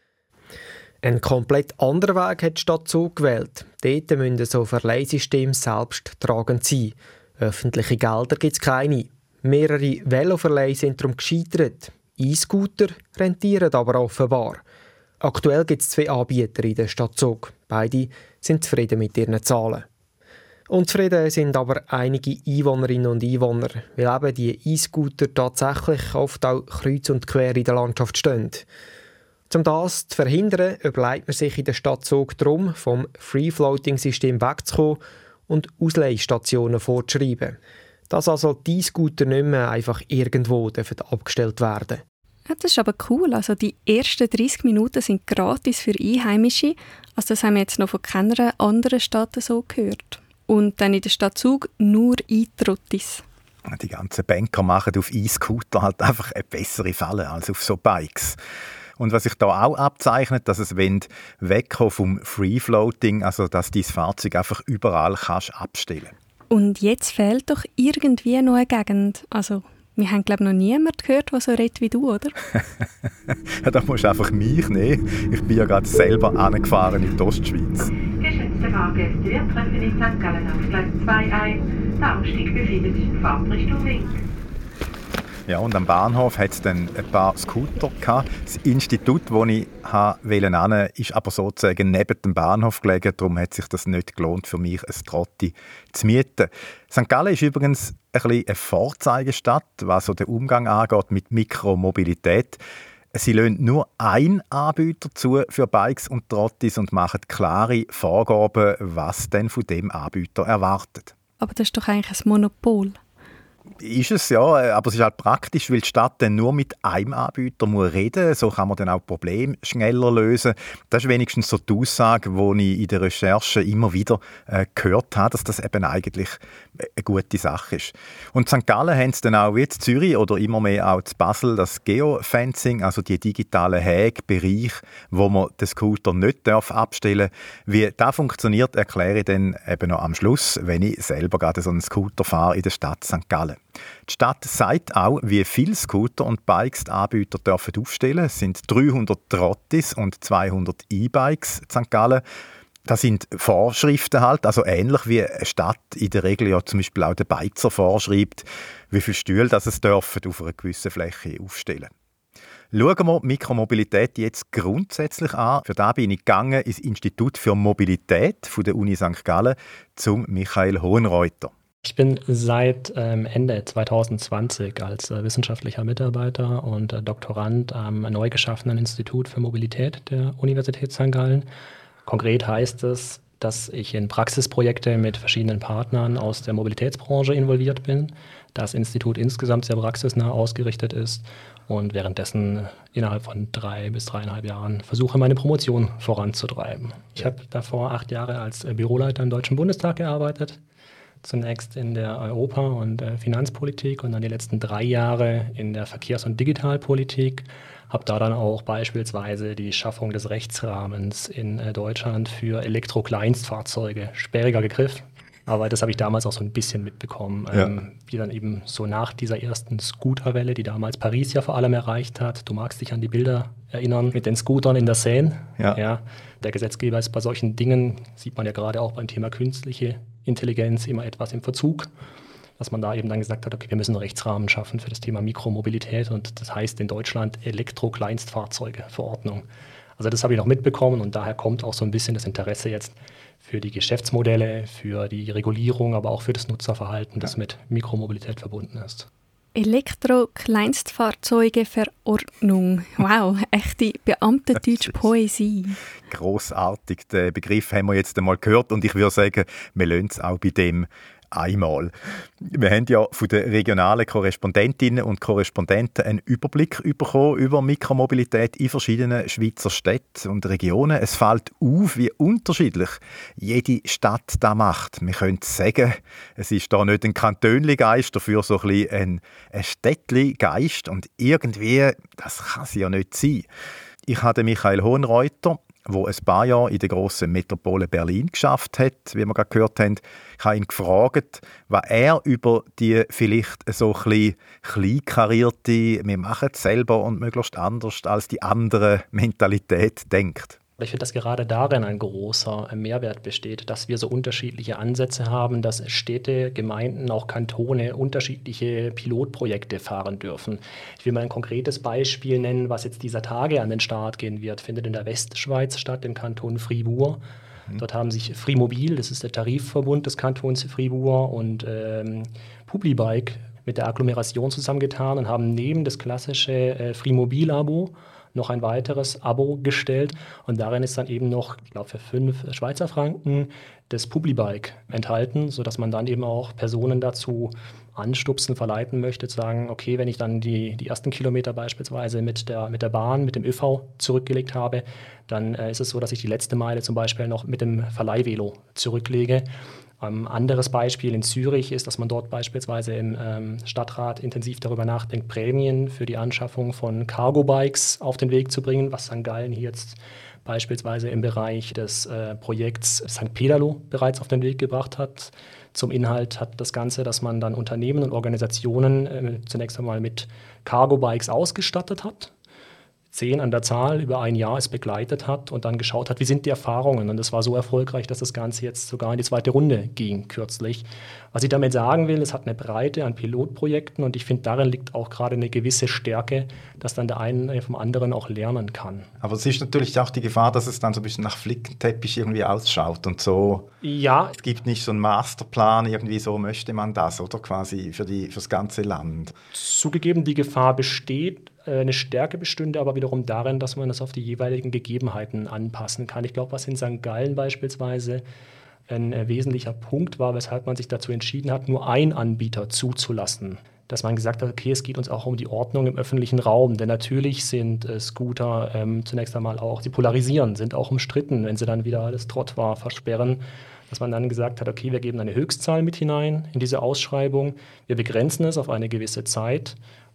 Ein komplett anderer Weg hat die Stadt Zug gewählt. Dort müssen so Verleihsysteme selbst tragend sein. Öffentliche Gelder gibt es keine. Mehrere Veloverleihe sind darum gescheitert. E-Scooter rentieren aber offenbar. Aktuell gibt es zwei Anbieter in der Stadt Zug. Beide sind zufrieden mit ihren Zahlen. Unzufrieden sind aber einige Einwohnerinnen und Einwohner, weil eben die E-Scooter tatsächlich oft auch kreuz und quer in der Landschaft stehen. Um das zu verhindern, überlegt man sich in der Stadt Zug darum, vom Free-Floating-System wegzukommen und Ausleihstationen vorzuschreiben. Dass also die E-Scooter nicht mehr einfach irgendwo abgestellt werden. Ja, das ist aber cool. Also die ersten dreissig Minuten sind gratis für Einheimische. Also das haben wir jetzt noch von keiner anderen Stadt so gehört. Und dann in der Stadt Zug nur E-Trottis. Die ganzen Banker machen auf E-Scooter halt einfach eine bessere Falle als auf so Bikes. Und was sich da auch abzeichnet, dass es wegkommen vom Free-Floating, also dass dein Fahrzeug einfach überall kannst abstellen. Und jetzt fehlt doch irgendwie noch eine Gegend. Also, wir haben, glaube ich, noch niemanden gehört, der so redet wie du, oder? Ja, da musst du einfach mich nehmen. Ich bin ja gerade selber angefahren in die Ostschweiz. Geschätzte Fahrgäste, wir treffen in Sankt Gallen auf Gleis zwei ein. Der Ausstieg befindet sich in Fahrtrichtung links. Ja, und am Bahnhof hat es dann ein paar Scooter gehabt. Das Institut, das ich wollte, ist aber sozusagen neben dem Bahnhof gelegen. Darum hat sich das nicht gelohnt, für mich ein Trotti zu mieten. Sankt Gallen ist übrigens ein bisschen eine Vorzeigestadt, was so den Umgang angeht mit Mikromobilität. Sie lassen nur einen Anbieter zu für Bikes und Trottis und machen klare Vorgaben, was denn von dem Anbieter erwartet. Aber das ist doch eigentlich ein Monopol. Ist es, ja, aber es ist halt praktisch, weil die Stadt dann nur mit einem Anbieter muss reden muss. So kann man dann auch Probleme schneller lösen. Das ist wenigstens so die Aussage, die ich in der Recherche immer wieder äh, gehört habe, dass das eben eigentlich eine gute Sache ist. Und Sankt Gallen haben es dann auch wie in Zürich oder immer mehr auch in Basel das Geofencing, also die digitalen Häkbereich, wo man den Scooter nicht darf abstellen darf. Wie das funktioniert, erkläre ich dann eben noch am Schluss, wenn ich selber gerade so einen Scooter fahre in der Stadt Sankt Gallen. Die Stadt sagt auch, wie viele Scooter und Bikes die Anbieter dürfen aufstellen. Es sind dreihundert Trottis und zweihundert E-Bikes in Sankt Gallen. Das sind Vorschriften halt, also ähnlich wie eine Stadt in der Regel ja zum Beispiel auch der Beizer vorschreibt, wie viele Stühle das es dürfen auf einer gewissen Fläche aufstellen. Schauen wir die Mikromobilität jetzt grundsätzlich an. Für das bin ich gegangen ins Institut für Mobilität von der Uni Sankt Gallen zum Michael Hohenreuter. Ich bin seit ähm, Ende zwanzig zwanzig als äh, wissenschaftlicher Mitarbeiter und äh, Doktorand am neu geschaffenen Institut für Mobilität der Universität Sankt Gallen. Konkret heißt es, dass ich in Praxisprojekte mit verschiedenen Partnern aus der Mobilitätsbranche involviert bin. Das Institut insgesamt sehr praxisnah ausgerichtet ist und währenddessen innerhalb von drei bis dreieinhalb Jahren versuche, meine Promotion voranzutreiben. Ich habe davor acht Jahre als äh, Büroleiter im Deutschen Bundestag gearbeitet. Zunächst in der Europa- und äh, Finanzpolitik und dann die letzten drei Jahre in der Verkehrs- und Digitalpolitik. Habe da dann auch beispielsweise die Schaffung des Rechtsrahmens in äh, Deutschland für Elektrokleinstfahrzeuge, sperriger Begriff, aber das habe ich damals auch so ein bisschen mitbekommen, ja. ähm, wie dann eben so nach dieser ersten Scooterwelle, die damals Paris ja vor allem erreicht hat. Du magst dich an die Bilder erinnern mit den Scootern in der Seine. Ja. Ja, der Gesetzgeber ist bei solchen Dingen, sieht man ja gerade auch beim Thema künstliche Intelligenz, immer etwas im Verzug, dass man da eben dann gesagt hat, okay, wir müssen einen Rechtsrahmen schaffen für das Thema Mikromobilität und das heißt in Deutschland Elektro-Kleinstfahrzeuge-Verordnung. Also das habe ich noch mitbekommen und daher kommt auch so ein bisschen das Interesse jetzt für die Geschäftsmodelle, für die Regulierung, aber auch für das Nutzerverhalten, das mit Mikromobilität verbunden ist. Elektro-Kleinstfahrzeuge-Verordnung. Wow, echte beamtendeutsche Poesie. Grossartig. Den Begriff haben wir jetzt einmal gehört und ich würde sagen, wir lassen es auch bei dem einmal. Wir haben ja von den regionalen Korrespondentinnen und Korrespondenten einen Überblick bekommen über Mikromobilität in verschiedenen Schweizer Städten und Regionen. Es fällt auf, wie unterschiedlich jede Stadt das macht. Wir können sagen, es ist da nicht ein Kantönli-Geist, dafür so ein bisschen ein, ein Städtli-Geist. Und irgendwie, das kann es ja nicht sein. Ich habe Michael Hohenreuter, der ein paar Jahre in der grossen Metropole Berlin geschafft hat, wie wir gerade gehört haben. Ich habe ihn gefragt, was er über die vielleicht so ein bisschen kleinkarierte, wir machen es selber und möglichst anders als die andere Mentalität denkt. Ich finde, dass gerade darin ein großer Mehrwert besteht, dass wir so unterschiedliche Ansätze haben, dass Städte, Gemeinden, auch Kantone unterschiedliche Pilotprojekte fahren dürfen. Ich will mal ein konkretes Beispiel nennen, was jetzt dieser Tage an den Start gehen wird. Findet in der Westschweiz statt, im Kanton Fribourg. Mhm. Dort haben sich Frimobil, das ist der Tarifverbund des Kantons Fribourg, und ähm, Publibike mit der Agglomeration zusammengetan und haben neben das klassische äh, Frimobil-Abo noch ein weiteres Abo gestellt und darin ist dann eben noch, ich glaube für fünf Schweizer Franken, das Publibike enthalten, sodass man dann eben auch Personen dazu anstupsen, verleiten möchte, zu sagen, okay, wenn ich dann die, die ersten Kilometer beispielsweise mit der, mit der Bahn, mit dem ÖV zurückgelegt habe, dann äh, ist es so, dass ich die letzte Meile zum Beispiel noch mit dem Verleihvelo zurücklege. Ein anderes Beispiel in Zürich ist, dass man dort beispielsweise im ähm, Stadtrat intensiv darüber nachdenkt, Prämien für die Anschaffung von Cargo-Bikes auf den Weg zu bringen, was Sankt Gallen hier jetzt beispielsweise im Bereich des äh, Projekts Sankt Pederlo bereits auf den Weg gebracht hat. Zum Inhalt hat das Ganze, dass man dann Unternehmen und Organisationen äh, zunächst einmal mit Cargo-Bikes ausgestattet hat, zehn an der Zahl, über ein Jahr es begleitet hat und dann geschaut hat, wie sind die Erfahrungen. Und das war so erfolgreich, dass das Ganze jetzt sogar in die zweite Runde ging kürzlich. Was ich damit sagen will, es hat eine Breite an Pilotprojekten und ich finde, darin liegt auch gerade eine gewisse Stärke, dass dann der eine vom anderen auch lernen kann. Aber es ist natürlich auch die Gefahr, dass es dann so ein bisschen nach Flickenteppich irgendwie ausschaut und so. Ja. Es gibt nicht so einen Masterplan, irgendwie so möchte man das, oder quasi für, die, für das ganze Land. Zugegeben, die Gefahr besteht. Eine Stärke bestünde aber wiederum darin, dass man das auf die jeweiligen Gegebenheiten anpassen kann. Ich glaube, was in Sankt Gallen beispielsweise ein wesentlicher Punkt war, weshalb man sich dazu entschieden hat, nur einen Anbieter zuzulassen. Dass man gesagt hat, okay, es geht uns auch um die Ordnung im öffentlichen Raum. Denn natürlich sind äh, Scooter ähm, zunächst einmal auch, sie polarisieren, sind auch umstritten, wenn sie dann wieder das Trottoir versperren. Dass man dann gesagt hat, okay, wir geben eine Höchstzahl mit hinein in diese Ausschreibung. Wir begrenzen es auf eine gewisse Zeit.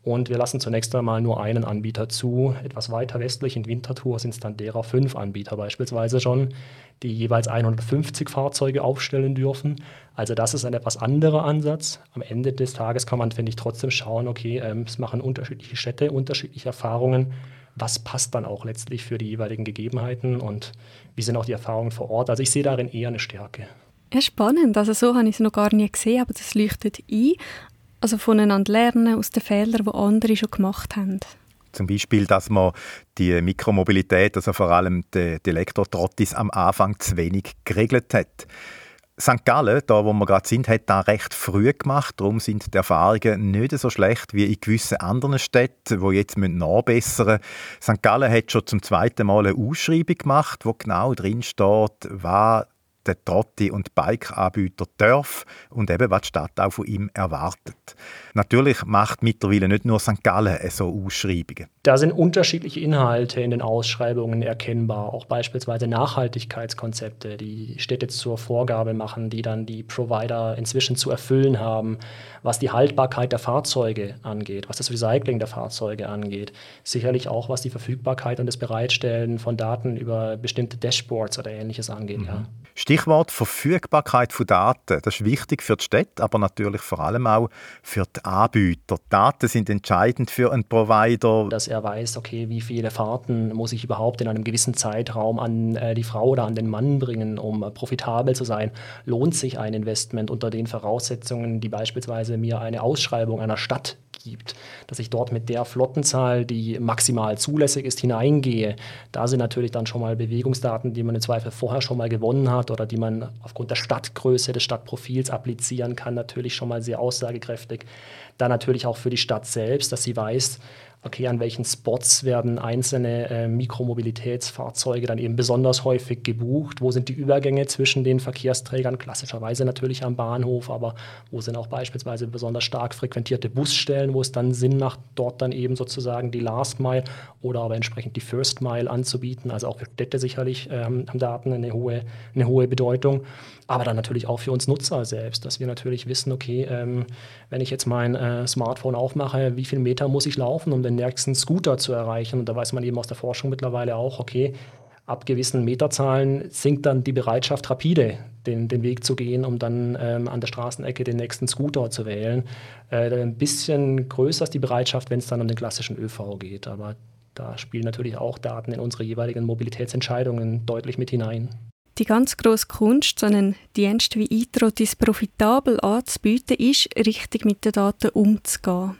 Und wir lassen zunächst einmal nur einen Anbieter zu. Etwas weiter westlich in Winterthur sind es dann derer fünf Anbieter beispielsweise schon, die jeweils hundertfünfzig Fahrzeuge aufstellen dürfen. Also das ist ein etwas anderer Ansatz. Am Ende des Tages kann man, finde ich, trotzdem schauen, okay, ähm, es machen unterschiedliche Städte, unterschiedliche Erfahrungen. Was passt dann auch letztlich für die jeweiligen Gegebenheiten und wie sind auch die Erfahrungen vor Ort? Also ich sehe darin eher eine Stärke. Ja, spannend. Also so habe ich es noch gar nie gesehen, aber das leuchtet ein. Also voneinander lernen aus den Fehlern, die andere schon gemacht haben. Zum Beispiel, dass man die Mikromobilität, also vor allem die, die Elektrotrottis, am Anfang zu wenig geregelt hat. Sankt Gallen, da wo wir gerade sind, hat das recht früh gemacht. Darum sind die Erfahrungen nicht so schlecht wie in gewissen anderen Städten, die jetzt nachbessern müssen. Sankt Gallen hat schon zum zweiten Mal eine Ausschreibung gemacht, wo genau drin steht, was der Trotti- und Bike-Anbieter darf und eben, was die Stadt auch von ihm erwartet. Natürlich macht mittlerweile nicht nur Sankt Gallen so Ausschreibungen. Da sind unterschiedliche Inhalte in den Ausschreibungen erkennbar, auch beispielsweise Nachhaltigkeitskonzepte, die Städte zur Vorgabe machen, die dann die Provider inzwischen zu erfüllen haben, was die Haltbarkeit der Fahrzeuge angeht, was das Recycling der Fahrzeuge angeht, sicherlich auch was die Verfügbarkeit und das Bereitstellen von Daten über bestimmte Dashboards oder Ähnliches angeht. Mhm. Ja. Stichwort Verfügbarkeit von Daten. Das ist wichtig für die Städte, aber natürlich vor allem auch für die Anbieter. Die Daten sind entscheidend für einen Provider. Dass er weiß, okay, wie viele Fahrten muss ich überhaupt in einem gewissen Zeitraum an äh, die Frau oder an den Mann bringen, um äh, profitabel zu sein. Lohnt sich ein Investment unter den Voraussetzungen, die beispielsweise mir eine Ausschreibung einer Stadt gibt, dass ich dort mit der Flottenzahl, die maximal zulässig ist, hineingehe. Da sind natürlich dann schon mal Bewegungsdaten, die man im Zweifel vorher schon mal gewonnen hat oder die man aufgrund der Stadtgröße, des Stadtprofils applizieren kann, natürlich schon mal sehr aussagekräftig. Dann natürlich auch für die Stadt selbst, dass sie weiß, okay, an welchen Spots werden einzelne äh, Mikromobilitätsfahrzeuge dann eben besonders häufig gebucht? Wo sind die Übergänge zwischen den Verkehrsträgern? Klassischerweise natürlich am Bahnhof, aber wo sind auch beispielsweise besonders stark frequentierte Busstellen, wo es dann Sinn macht, dort dann eben sozusagen die Last Mile oder aber entsprechend die First Mile anzubieten. Also auch für Städte sicherlich ähm, haben Daten eine hohe, eine hohe Bedeutung. Aber dann natürlich auch für uns Nutzer selbst, dass wir natürlich wissen, okay, ähm, wenn ich jetzt mein äh, Smartphone aufmache, wie viele Meter muss ich laufen, um den nächsten Scooter zu erreichen? Und da weiß man eben aus der Forschung mittlerweile auch, okay, ab gewissen Meterzahlen sinkt dann die Bereitschaft rapide, den, den Weg zu gehen, um dann ähm, an der Straßenecke den nächsten Scooter zu wählen. Äh, ein bisschen größer ist die Bereitschaft, wenn es dann um den klassischen ÖV geht. Aber da spielen natürlich auch Daten in unsere jeweiligen Mobilitätsentscheidungen deutlich mit hinein. Die ganz grosse Kunst, so einen Dienst wie e-Trottis profitabel anzubieten, ist, richtig mit den Daten umzugehen.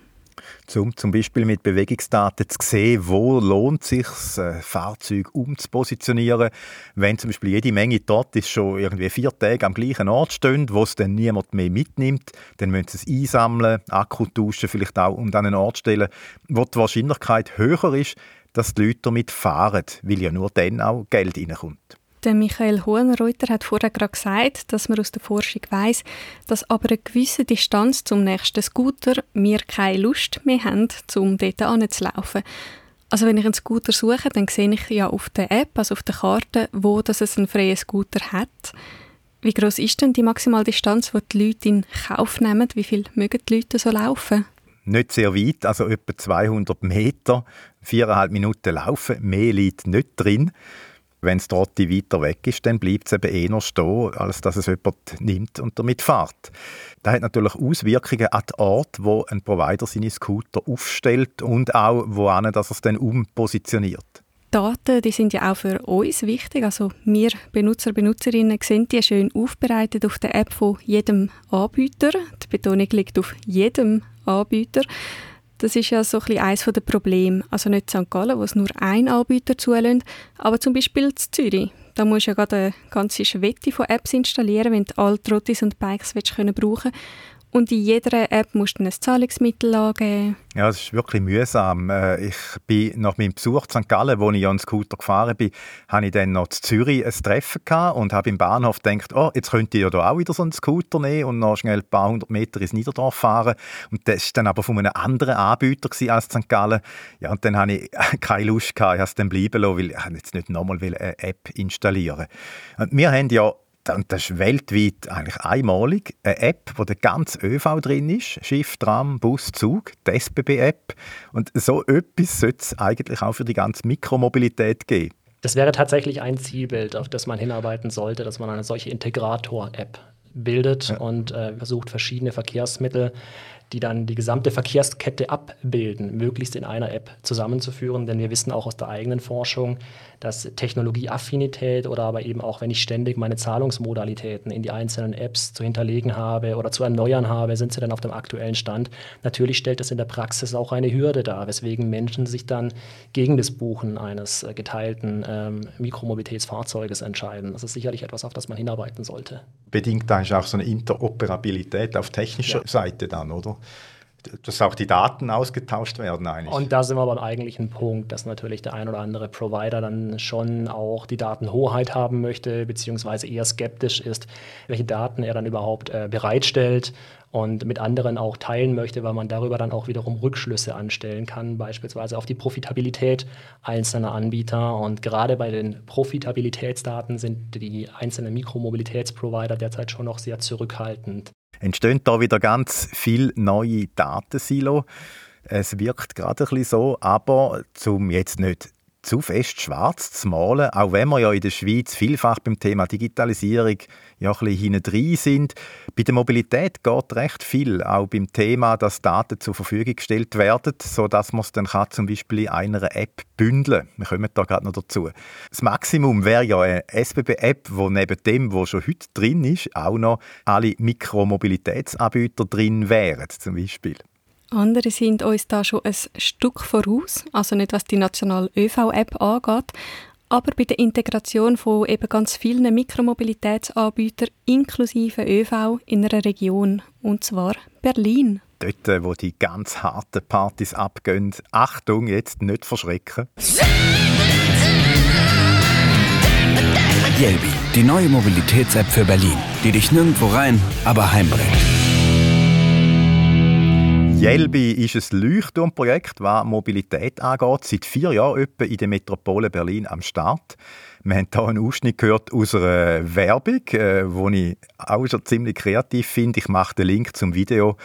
Um zum Beispiel mit Bewegungsdaten zu sehen, wo lohnt es sich, das Fahrzeug umzupositionieren. Wenn zum Beispiel jede Menge Trottis schon irgendwie vier Tage am gleichen Ort stehen, wo es dann niemand mehr mitnimmt, dann müssen sie es einsammeln, Akku tauschen, vielleicht auch um dann einen Ort stellen, wo die Wahrscheinlichkeit höher ist, dass die Leute damit fahren, weil ja nur dann auch Geld reinkommt. Der Michael Hohenreuter hat vorher gerade gesagt, dass man aus der Forschung weiss, dass aber eine gewisse Distanz zum nächsten Scooter wir keine Lust mehr haben, um dort hinzulaufen. Also wenn ich einen Scooter suche, dann sehe ich ja auf der App, also auf der Karte, wo das es einen freien Scooter hat. Wie gross ist denn die maximale Distanz, die die Leute in Kauf nehmen? Wie viel mögen die Leute so laufen? Nicht sehr weit, also etwa zweihundert Meter, viereinhalb Minuten laufen, mehr liegt nicht drin. Wenn das Trotti weiter weg ist, dann bleibt es eben eher stehen, als dass es jemand nimmt und damit fährt. Das hat natürlich Auswirkungen an den Ort, wo ein Provider seine Scooter aufstellt und auch, wohin dass er es dann umpositioniert. Daten, die sind ja auch für uns wichtig. Also wir Benutzer, Benutzerinnen sehen die schön aufbereitet auf der App von jedem Anbieter. Die Betonung liegt auf jedem Anbieter. Das ist ja so ein bisschen eines der Probleme. Also nicht Sankt Gallen, wo es nur einen Anbieter zulässt, aber zum Beispiel in Zürich. Da musst du ja gerade eine ganze Schwette von Apps installieren, wenn du alle Trottis und Bikes willst, können brauchen. Und in jeder App musst du ein Zahlungsmittel angeben. Ja, das ist wirklich mühsam. Ich bin nach meinem Besuch in Sankt Gallen, wo ich an Scooter gefahren bin, hatte ich dann noch in Zürich ein Treffen gehabt und habe im Bahnhof gedacht, oh, jetzt könnte ich ja da auch wieder so einen Scooter nehmen und noch schnell ein paar hundert Meter ins Niederdorf fahren. Und das war dann aber von einem anderen Anbieter als Sankt Gallen. Ja, und dann hatte ich keine Lust gehabt, ich habe es dann bleiben lassen, weil ich jetzt nicht nochmal eine App installieren wollte. Und wir haben ja Und das ist weltweit eigentlich einmalig. Eine App, wo der ganze ÖV drin ist. Schiff, Tram, Bus, Zug, die S B B-App. Und so etwas sollte es eigentlich auch für die ganze Mikromobilität geben. Das wäre tatsächlich ein Zielbild, auf das man hinarbeiten sollte, dass man eine solche Integrator-App bildet ja. und äh, versucht, verschiedene Verkehrsmittel, die dann die gesamte Verkehrskette abbilden, möglichst in einer App zusammenzuführen. Denn wir wissen auch aus der eigenen Forschung, dass Technologieaffinität oder aber eben auch, wenn ich ständig meine Zahlungsmodalitäten in die einzelnen Apps zu hinterlegen habe oder zu erneuern habe, sind sie dann auf dem aktuellen Stand. Natürlich stellt das in der Praxis auch eine Hürde dar, weswegen Menschen sich dann gegen das Buchen eines äh, geteilten ähm, Mikromobilitätsfahrzeuges entscheiden. Das ist sicherlich etwas, auf das man hinarbeiten sollte. Bedingt da ist auch so eine Interoperabilität auf technischer ja. Seite dann, oder? Dass auch die Daten ausgetauscht werden eigentlich. Und da sind wir beim eigentlichen Punkt, dass natürlich der ein oder andere Provider dann schon auch die Datenhoheit haben möchte, beziehungsweise eher skeptisch ist, welche Daten er dann überhaupt äh, bereitstellt und mit anderen auch teilen möchte, weil man darüber dann auch wiederum Rückschlüsse anstellen kann, beispielsweise auf die Profitabilität einzelner Anbieter. Und gerade bei den Profitabilitätsdaten sind die einzelnen Mikromobilitätsprovider derzeit schon noch sehr zurückhaltend. Entstehen da wieder ganz viele neue Datensilo. Es wirkt gerade ein bisschen so, aber zum jetzt nicht zu fest schwarz zu malen, auch wenn wir ja in der Schweiz vielfach beim Thema Digitalisierung ja ein bisschen hintendrein sind. Bei der Mobilität geht recht viel, auch beim Thema, dass Daten zur Verfügung gestellt werden, sodass man es dann kann, zum Beispiel in einer App bündeln. Wir kommen da gerade noch dazu. Das Maximum wäre ja eine S B B-App, wo neben dem, was schon heute drin ist, auch noch alle Mikromobilitätsanbieter drin wären, zum Beispiel. Andere sind uns da schon ein Stück voraus, also nicht was die nationale ÖV-App angeht, aber bei der Integration von eben ganz vielen Mikromobilitätsanbietern inklusive ÖV in einer Region, und zwar Berlin. Dort, wo die ganz harten Partys abgehen, Achtung, jetzt nicht verschrecken. Yelby, die neue Mobilitäts-App für Berlin, die dich nirgendwo rein, aber heimbringt. Yelby ist ein Leuchtturmprojekt, das Mobilität angeht. Seit vier Jahren etwa in der Metropole Berlin am Start. Wir haben hier einen Ausschnitt gehört aus einer Werbung, die ich auch schon ziemlich kreativ finde. Ich mache den Link zum Video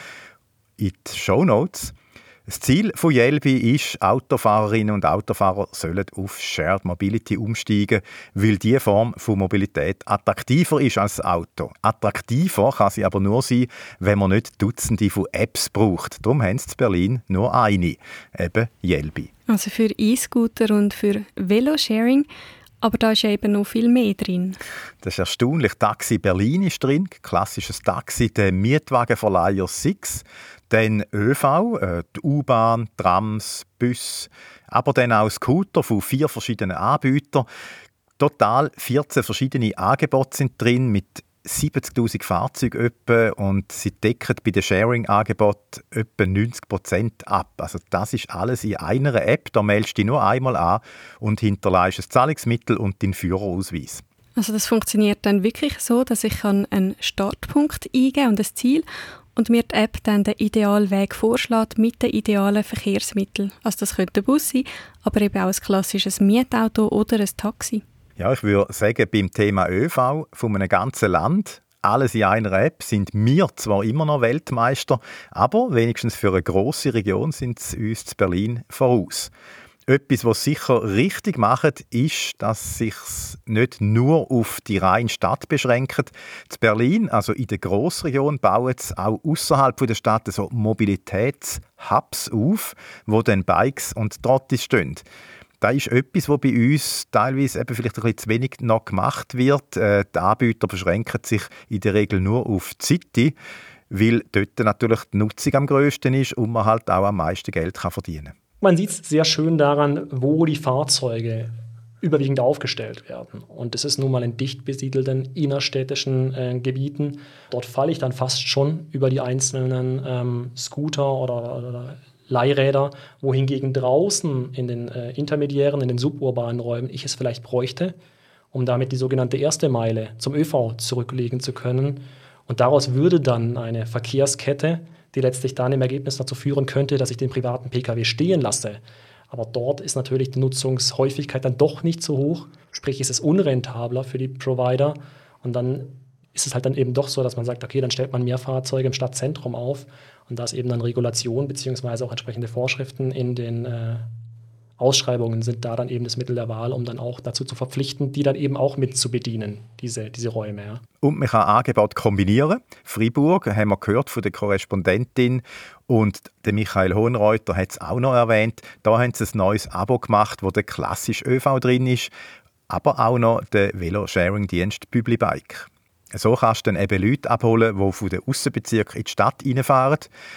in die Shownotes. Das Ziel von Yelby ist, Autofahrerinnen und Autofahrer sollen auf Shared Mobility umsteigen, weil diese Form von Mobilität attraktiver ist als das Auto. Attraktiver kann sie aber nur sein, wenn man nicht Dutzende von Apps braucht. Darum haben sie in Berlin nur eine, eben Yelby. Also für E-Scooter und für Velosharing, aber da ist eben noch viel mehr drin. Das ist erstaunlich. Taxi Berlin ist drin, klassisches Taxi, der Mietwagenverleiher Six, dann ÖV, äh, die U-Bahn, Trams, Bus, aber dann auch Scooter von vier verschiedenen Anbietern. Total vierzehn verschiedene Angebote sind drin mit siebzigtausend Fahrzeugen etwa, und sie decken bei den Sharing-Angeboten etwa neunzig Prozent ab. Also das ist alles in einer App. Da meldest du dich nur einmal an und hinterlegst ein Zahlungsmittel und deinen Führerausweis. Also das funktioniert dann wirklich so, dass ich einen Startpunkt eingeben und das Ziel und mir die App dann den idealen Weg vorschlägt mit den idealen Verkehrsmitteln. Also das könnte ein Bus sein, aber eben auch ein klassisches Mietauto oder ein Taxi. Ja, ich würde sagen, beim Thema ÖV von einem ganzen Land, alles in einer App, sind wir zwar immer noch Weltmeister, aber wenigstens für eine grosse Region sind sie uns in Berlin voraus. Etwas, was sicher richtig macht, ist, dass sich nicht nur auf die reine Stadt beschränkt. In Berlin, also in der Grossregion, bauen sie auch außerhalb der Stadt so Mobilitätshubs auf, wo dann Bikes und Trottis stehen. Das ist etwas, was bei uns teilweise eben vielleicht ein bisschen zu wenig noch gemacht wird. Die Anbieter beschränken sich in der Regel nur auf die City, weil dort natürlich die Nutzung am grössten ist und man halt auch am meisten Geld verdienen kann. Man sieht es sehr schön daran, wo die Fahrzeuge überwiegend aufgestellt werden. Und das ist nun mal in dicht besiedelten innerstädtischen äh, Gebieten. Dort falle ich dann fast schon über die einzelnen ähm, Scooter oder, oder Leihräder, wohingegen draußen in den äh, intermediären, in den suburbanen Räumen ich es vielleicht bräuchte, um damit die sogenannte erste Meile zum ÖV zurücklegen zu können. Und daraus würde dann eine Verkehrskette, die letztlich dann im Ergebnis dazu führen könnte, dass ich den privaten Pkw stehen lasse. Aber dort ist natürlich die Nutzungshäufigkeit dann doch nicht so hoch, sprich ist es unrentabler für die Provider. Und dann ist es halt dann eben doch so, dass man sagt, okay, dann stellt man mehr Fahrzeuge im Stadtzentrum auf und da ist eben dann Regulation beziehungsweise auch entsprechende Vorschriften in den äh, Ausschreibungen sind da dann eben das Mittel der Wahl, um dann auch dazu zu verpflichten, die dann eben auch mit zu bedienen, diese, diese Räume. Ja. Und man kann Angebote kombinieren. Freiburg haben wir gehört von der Korrespondentin und der Michael Hohenreuter hat es auch noch erwähnt. Da haben sie ein neues Abo gemacht, wo der klassische ÖV drin ist, aber auch noch der Velo-Sharing-Dienst Büblibike. So kannst du dann eben Leute abholen, die von den Aussenbezirken in die Stadt reinfahren,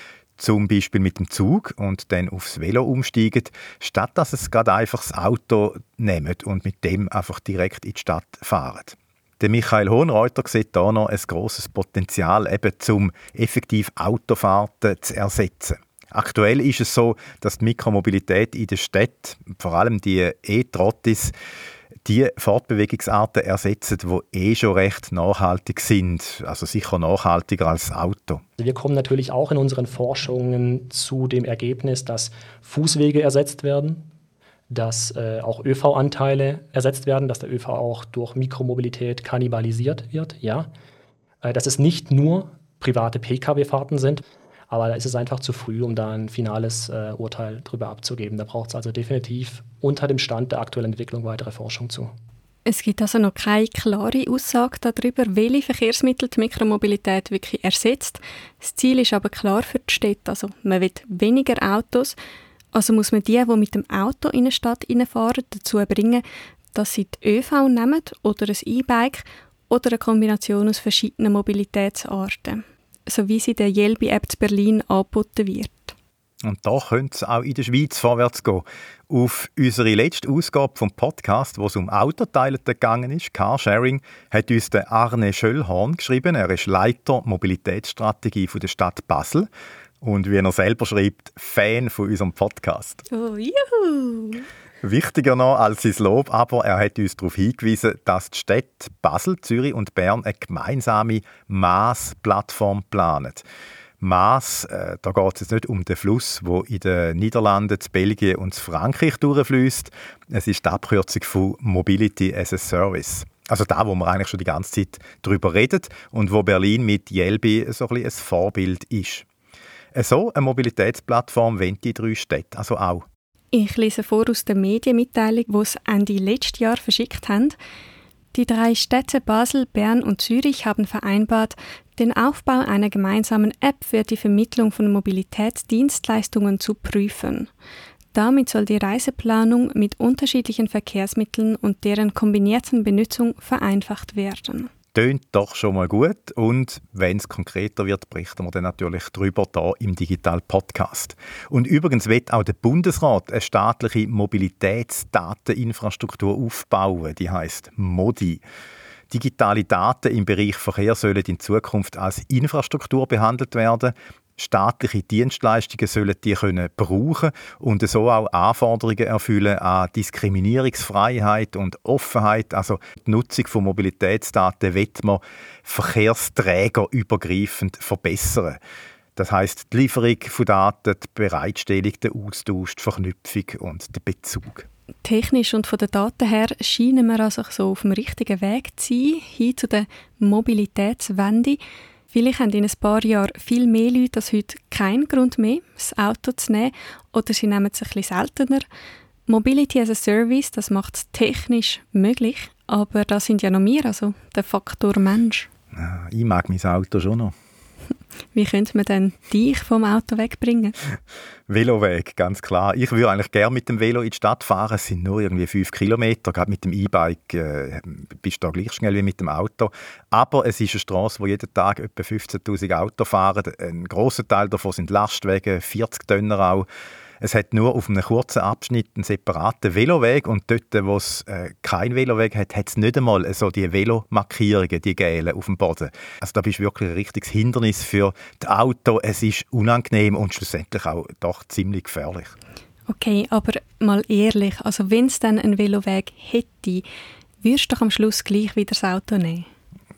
zum Beispiel mit dem Zug und dann aufs Velo umsteigen, statt dass es gerade einfach das Auto nehmen und mit dem einfach direkt in die Stadt fahren. Der Michael Hohenreuter sieht hier noch ein grosses Potenzial, eben zum effektiv Autofahrten zu ersetzen. Aktuell ist es so, dass die Mikromobilität in der Stadt, vor allem die E-Trottis, die Fortbewegungsarten ersetzen, die eh schon recht nachhaltig sind, also sicher nachhaltiger als das Auto. Wir kommen natürlich auch in unseren Forschungen zu dem Ergebnis, dass Fußwege ersetzt werden, dass äh, auch ÖV-Anteile ersetzt werden, dass der ÖV auch durch Mikromobilität kannibalisiert wird. Ja, äh, dass es nicht nur private Pkw-Fahrten sind, aber da ist es einfach zu früh, um da ein finales äh, Urteil darüber abzugeben. Da braucht es also definitiv unter dem Stand der aktuellen Entwicklung weitere Forschung zu. Es gibt also noch keine klare Aussage darüber, welche Verkehrsmittel die Mikromobilität wirklich ersetzt. Das Ziel ist aber klar für die Städte. Also man will weniger Autos, also muss man die, die mit dem Auto in eine Stadt reinfahren, dazu bringen, dass sie die ÖV nehmen oder ein E-Bike oder eine Kombination aus verschiedenen Mobilitätsarten, so wie sie in der Jelbi-App zu Berlin angeboten wird. Und da könnte es auch in der Schweiz vorwärts gehen. Auf unsere letzte Ausgabe vom Podcast, wo es um Autoteile gegangen ist, Carsharing, hat uns der Arne Schöllhorn geschrieben. Er ist Leiter Mobilitätsstrategie von der Stadt Basel und, wie er selber schreibt, Fan von unserem Podcast. Oh, juhu! Wichtiger noch als sein Lob, aber er hat uns darauf hingewiesen, dass die Städte Basel, Zürich und Bern eine gemeinsame Maas-Plattform planen. Maas, äh, da geht es jetzt nicht um den Fluss, der in den Niederlanden, in Belgien und in Frankreich durchfließt. Es ist die Abkürzung von Mobility as a Service. Also da, wo man eigentlich schon die ganze Zeit darüber redet und wo Berlin mit Jelbi so ein, ein Vorbild ist. So eine Mobilitätsplattform wollen die drei Städte also auch. Ich lese vor aus der Medienmitteilung, die sie Ende letzten Jahr verschickt haben. Die drei Städte Basel, Bern und Zürich haben vereinbart, den Aufbau einer gemeinsamen App für die Vermittlung von Mobilitätsdienstleistungen zu prüfen. Damit soll die Reiseplanung mit unterschiedlichen Verkehrsmitteln und deren kombinierten Benutzung vereinfacht werden. Tönt doch schon mal gut und wenn es konkreter wird, berichten wir dann natürlich darüber hier im Digital Podcast. Und übrigens wird auch der Bundesrat eine staatliche Mobilitätsdateninfrastruktur aufbauen, die heisst MODI. Digitale Daten im Bereich Verkehr sollen in Zukunft als Infrastruktur behandelt werden. Staatliche Dienstleistungen sollen die können brauchen und so auch Anforderungen erfüllen an Diskriminierungsfreiheit und Offenheit. Also die Nutzung von Mobilitätsdaten will man verkehrsträgerübergreifend verbessern. Das heisst, die Lieferung von Daten, die Bereitstellung, der Austausch, die Verknüpfung und der Bezug. Technisch und von den Daten her scheinen wir also so auf dem richtigen Weg zu sein, hin zu der Mobilitätswende. Vielleicht haben in ein paar Jahren viel mehr Leute als heute keinen Grund mehr, das Auto zu nehmen, oder sie nehmen es ein bisschen seltener. Mobility as a Service, das macht es technisch möglich, aber das sind ja noch wir, also der Faktor Mensch. Ja, ich mag mein Auto schon noch. Wie könnte man denn dich vom Auto wegbringen? Veloweg, ganz klar. Ich würde eigentlich gerne mit dem Velo in die Stadt fahren. Es sind nur irgendwie fünf Kilometer. Gerade mit dem E-Bike äh, bist du da gleich schnell wie mit dem Auto. Aber es ist eine Strasse, wo jeden Tag etwa fünfzehntausend Autos fahren. Ein grosser Teil davon sind Lastwagen, vierzig Tonner auch. Es hat nur auf einem kurzen Abschnitt einen separaten Veloweg und dort, wo es äh, keinen Veloweg hat, hat es nicht einmal so die Velomarkierungen, die gelben auf dem Boden. Also da bist du wirklich ein richtiges Hindernis für das Auto. Es ist unangenehm und schlussendlich auch doch ziemlich gefährlich. Okay, aber mal ehrlich, also wenn es dann einen Veloweg hätte, würdest du doch am Schluss gleich wieder das Auto nehmen?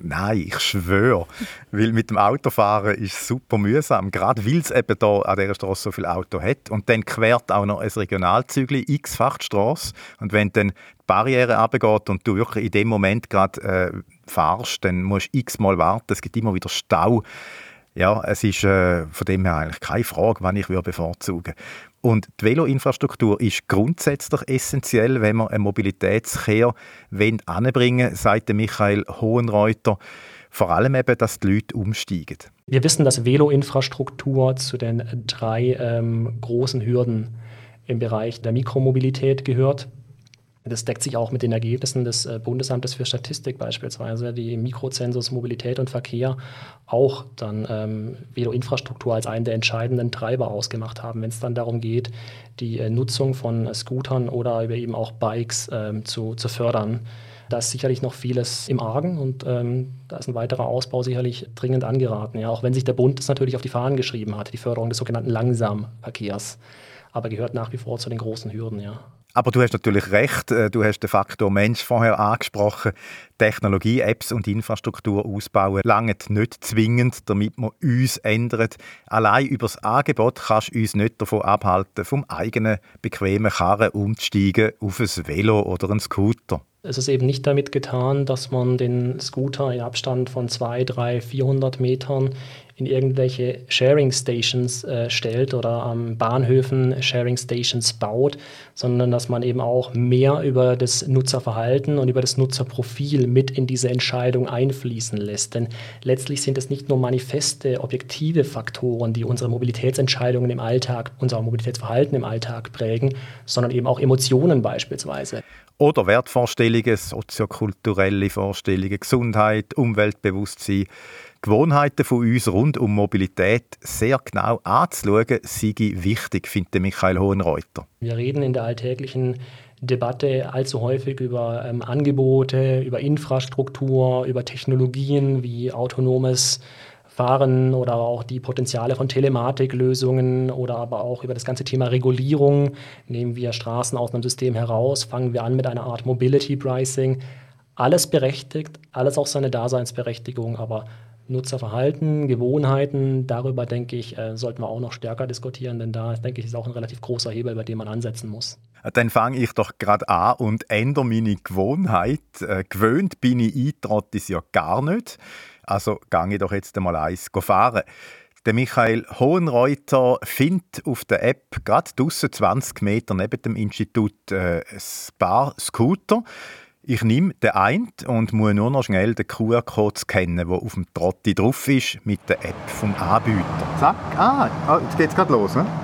Nein, ich schwöre. Weil mit dem Autofahren ist es super mühsam. Gerade weil es eben da an dieser Straße so viele Autos hat. Und dann quert auch noch ein Regionalzügli x-fach die Straße. Und wenn dann die Barriere runtergeht und du wirklich in dem Moment gerade äh, fahrst, dann musst du x-mal warten. Es gibt immer wieder Stau. Ja, es ist äh, von dem her eigentlich keine Frage, wann ich bevorzugen würde. Und die Veloinfrastruktur ist grundsätzlich essentiell, wenn wir einen Mobilitätskehr anbringen wollen, sagt Michael Hohenreuter. Vor allem eben, dass die Leute umsteigen. Wir wissen, dass Veloinfrastruktur zu den drei ähm, großen Hürden im Bereich der Mikromobilität gehört. Das deckt sich auch mit den Ergebnissen des Bundesamtes für Statistik beispielsweise, die Mikrozensus Mobilität und Verkehr auch dann ähm, Veloinfrastruktur als einen der entscheidenden Treiber ausgemacht haben, wenn es dann darum geht, die äh, Nutzung von äh, Scootern oder eben auch Bikes ähm, zu, zu fördern. Da ist sicherlich noch vieles im Argen und ähm, da ist ein weiterer Ausbau sicherlich dringend angeraten. Ja, auch wenn sich der Bund das natürlich auf die Fahnen geschrieben hat, die Förderung des sogenannten Langsamverkehrs, aber gehört nach wie vor zu den großen Hürden, ja. Aber du hast natürlich recht, du hast den Faktor Mensch vorher angesprochen. Technologie, Apps und Infrastruktur ausbauen lange nicht zwingend, damit wir uns ändern. Allein über das Angebot kannst du uns nicht davon abhalten, vom eigenen bequemen Karren umzusteigen auf ein Velo oder einen Scooter. Es ist eben nicht damit getan, dass man den Scooter in Abstand von zweihundert, dreihundert, vierhundert Metern in irgendwelche Sharing Stations äh, stellt oder am Bahnhöfen Sharing Stations baut, sondern dass man eben auch mehr über das Nutzerverhalten und über das Nutzerprofil mit in diese Entscheidung einfließen lässt. Denn letztlich sind es nicht nur manifeste, objektive Faktoren, die unsere Mobilitätsentscheidungen im Alltag, unser Mobilitätsverhalten im Alltag prägen, sondern eben auch Emotionen beispielsweise. Oder Wertvorstellungen, soziokulturelle Vorstellungen, Gesundheit, Umweltbewusstsein, Gewohnheiten von uns rund um Mobilität sehr genau anzuschauen, sei wichtig, findet Michael Hohenreuter. Wir reden in der alltäglichen Debatte allzu häufig über ähm, Angebote, über Infrastruktur, über Technologien wie autonomes Fahren oder auch die Potenziale von Telematiklösungen oder aber auch über das ganze Thema Regulierung. Nehmen wir Straßen aus einem System heraus, fangen wir an mit einer Art Mobility Pricing. Alles berechtigt, alles auch seine Daseinsberechtigung, aber Nutzerverhalten, Gewohnheiten, darüber, denke ich, sollten wir auch noch stärker diskutieren, denn da, denke ich, ist auch ein relativ großer Hebel, bei dem man ansetzen muss. Dann fange ich doch gerade an und ändere meine Gewohnheit. Äh, gewöhnt bin ich Eintrottis ja gar nicht. Also gehe ich doch jetzt einmal eins fahren. Der Michael Hohenreuter findet auf der App gerade draussen zwanzig Meter neben dem Institut äh, ein paar Scooter. Ich nehme den einen und muss nur noch schnell den Q R-Code scannen, der auf dem Trotti drauf ist, mit der App vom Anbieter. Zack, ah, jetzt geht es gerade los, ne?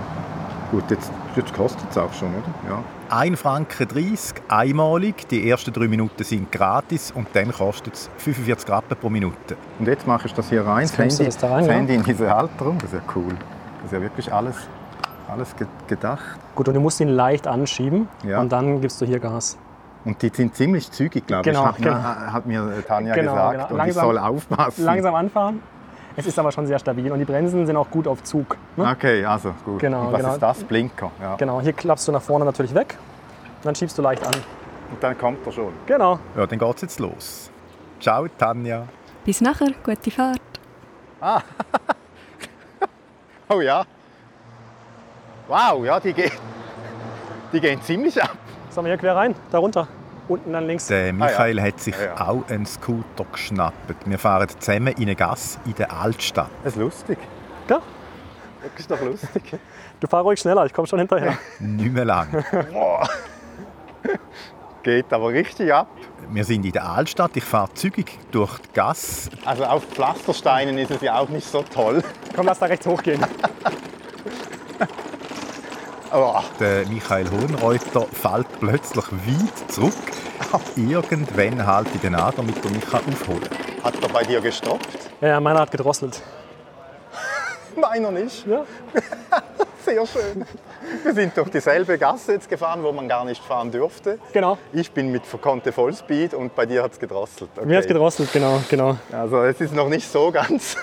Gut, jetzt, jetzt kostet es auch schon, oder? Ja. ein Franken dreißig, einmalig. Die ersten drei Minuten sind gratis und dann kostet es fünfundvierzig Rappen pro Minute. Und jetzt machst du das hier rein, das Handy, das, da rein, das ja. Handy in diese Halterung. Das ist ja cool. Das ist ja wirklich alles, alles gedacht. Gut, und du musst ihn leicht anschieben, ja. Und dann gibst du hier Gas. Und die sind ziemlich zügig, glaube genau, ich, hat, genau. mir, hat mir Tanja genau, gesagt. Genau. Und langsam, ich soll aufpassen. Langsam anfahren. Es ist aber schon sehr stabil und die Bremsen sind auch gut auf Zug. Ne? Okay, also gut. Genau, und was genau. ist das? Blinker? Ja. Genau, hier klappst du nach vorne natürlich weg. Und dann schiebst du leicht an. Und dann kommt er schon? Genau. Ja, dann geht's jetzt los. Ciao, Tanja. Bis nachher, gute Fahrt. Ah. Oh ja. Wow, ja, die, ge- die gehen ziemlich ab. Sollen wir hier quer rein? Da runter. Unten dann links. Der Michael ah, ja. hat sich ja, ja. auch einen Scooter geschnappt. Wir fahren zusammen in eine Gasse in der Altstadt. Das ist lustig. Ja. Das ist doch lustig. Du fahr ruhig schneller, ich komme schon hinterher. Nicht mehr lang. Boah. Geht aber richtig ab. Wir sind in der Altstadt. Ich fahre zügig durch die Gasse. Also auf Pflastersteinen ist es ja auch nicht so toll. Komm, lass da rechts hochgehen. Oh. Der Michael Hohenreuter fällt plötzlich weit zurück. Irgendwann halte ich den an, damit er mich aufholen kann. Hat er bei dir gestoppt? Ja, ja, meiner hat gedrosselt. Meiner nicht? Ja. Sehr schön. Wir sind durch dieselbe Gasse jetzt gefahren, wo man gar nicht fahren dürfte. Genau. Ich bin mit verkonnte Vollspeed und bei dir hat es gedrosselt. Okay. Mir hat es gedrosselt, genau, genau. Also es ist noch nicht so ganz...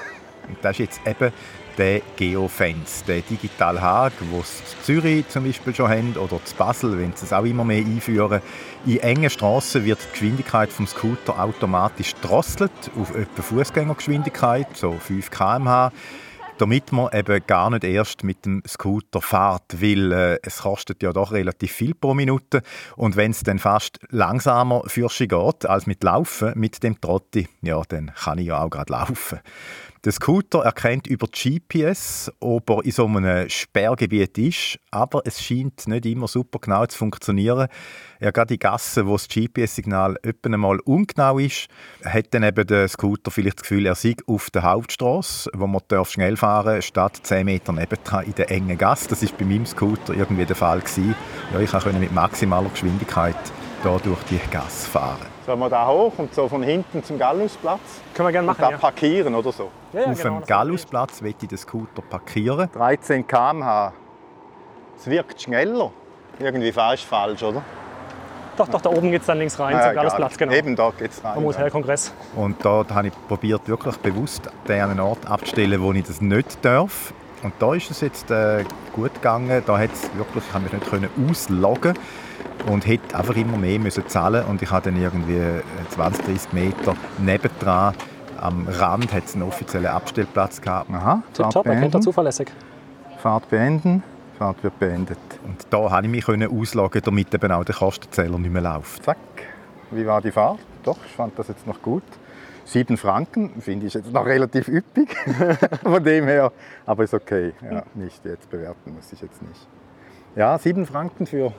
Das ist jetzt eben der Geofence, der Digitalhag, den sie in Zürich zum Beispiel schon haben oder in Basel, wenn sie es auch immer mehr einführen. In engen Strassen wird die Geschwindigkeit des Scooter automatisch gedrosselt auf etwa Fußgängergeschwindigkeit, so fünf Kilometer pro Stunde, damit man eben gar nicht erst mit dem Scooter fährt, weil äh, es kostet ja doch relativ viel pro Minute und wenn es dann fast langsamer für sich geht als mit Laufen, mit dem Trotti, ja, dann kann ich ja auch gerade laufen. Der Scooter erkennt über G P S, ob er in so einem Sperrgebiet ist, aber es scheint nicht immer super genau zu funktionieren. Ja, gerade in Gassen, wo das G P S-Signal etwa einmal ungenau ist, hat dann eben der Scooter vielleicht das Gefühl, er sei auf der Hauptstrasse, wo man schnell fahren darf, statt zehn Meter nebendran in der engen Gasse. Das war bei meinem Scooter irgendwie der Fall gewesen. Ja, ich konnte mit maximaler Geschwindigkeit hier durch die Gasse fahren. Sollen wir da hoch und so von hinten zum Gallusplatz? Können wir gerne machen, und da ja. parkieren oder so? Ja, ja, Auf genau, dem Gallusplatz will ich den Scooter parkieren. dreizehn Kilometer pro Stunde. Es wirkt schneller. Irgendwie fast falsch, oder? Doch, doch, da oben geht es dann links rein ah, zum Gallusplatz, genau. Eben, da geht es rein. Am Hotelkongress. Und da, da habe ich probiert, wirklich bewusst den an einen Ort abzustellen, wo ich das nicht darf. Und da ist es jetzt äh, gut gegangen. Da hat es wirklich, ich konnte mich nicht können ausloggen und hätte einfach immer mehr müssen zahlen. Und ich habe dann irgendwie zwanzig, dreissig Meter nebendran am Rand hat es einen offiziellen Abstellplatz gehabt. Aha, Top, erkennt er zuverlässig. Fahrt beenden. Fahrt wird beendet. Und da konnte ich mich ausloggen, damit eben auch der Kostenzähler nicht mehr läuft. Zack. Wie war die Fahrt? Doch, ich fand das jetzt noch gut. Sieben Franken finde ich jetzt noch relativ üppig. Von dem her. Aber ist okay. Ja, nicht jetzt bewerten muss ich jetzt nicht. Ja, sieben Franken für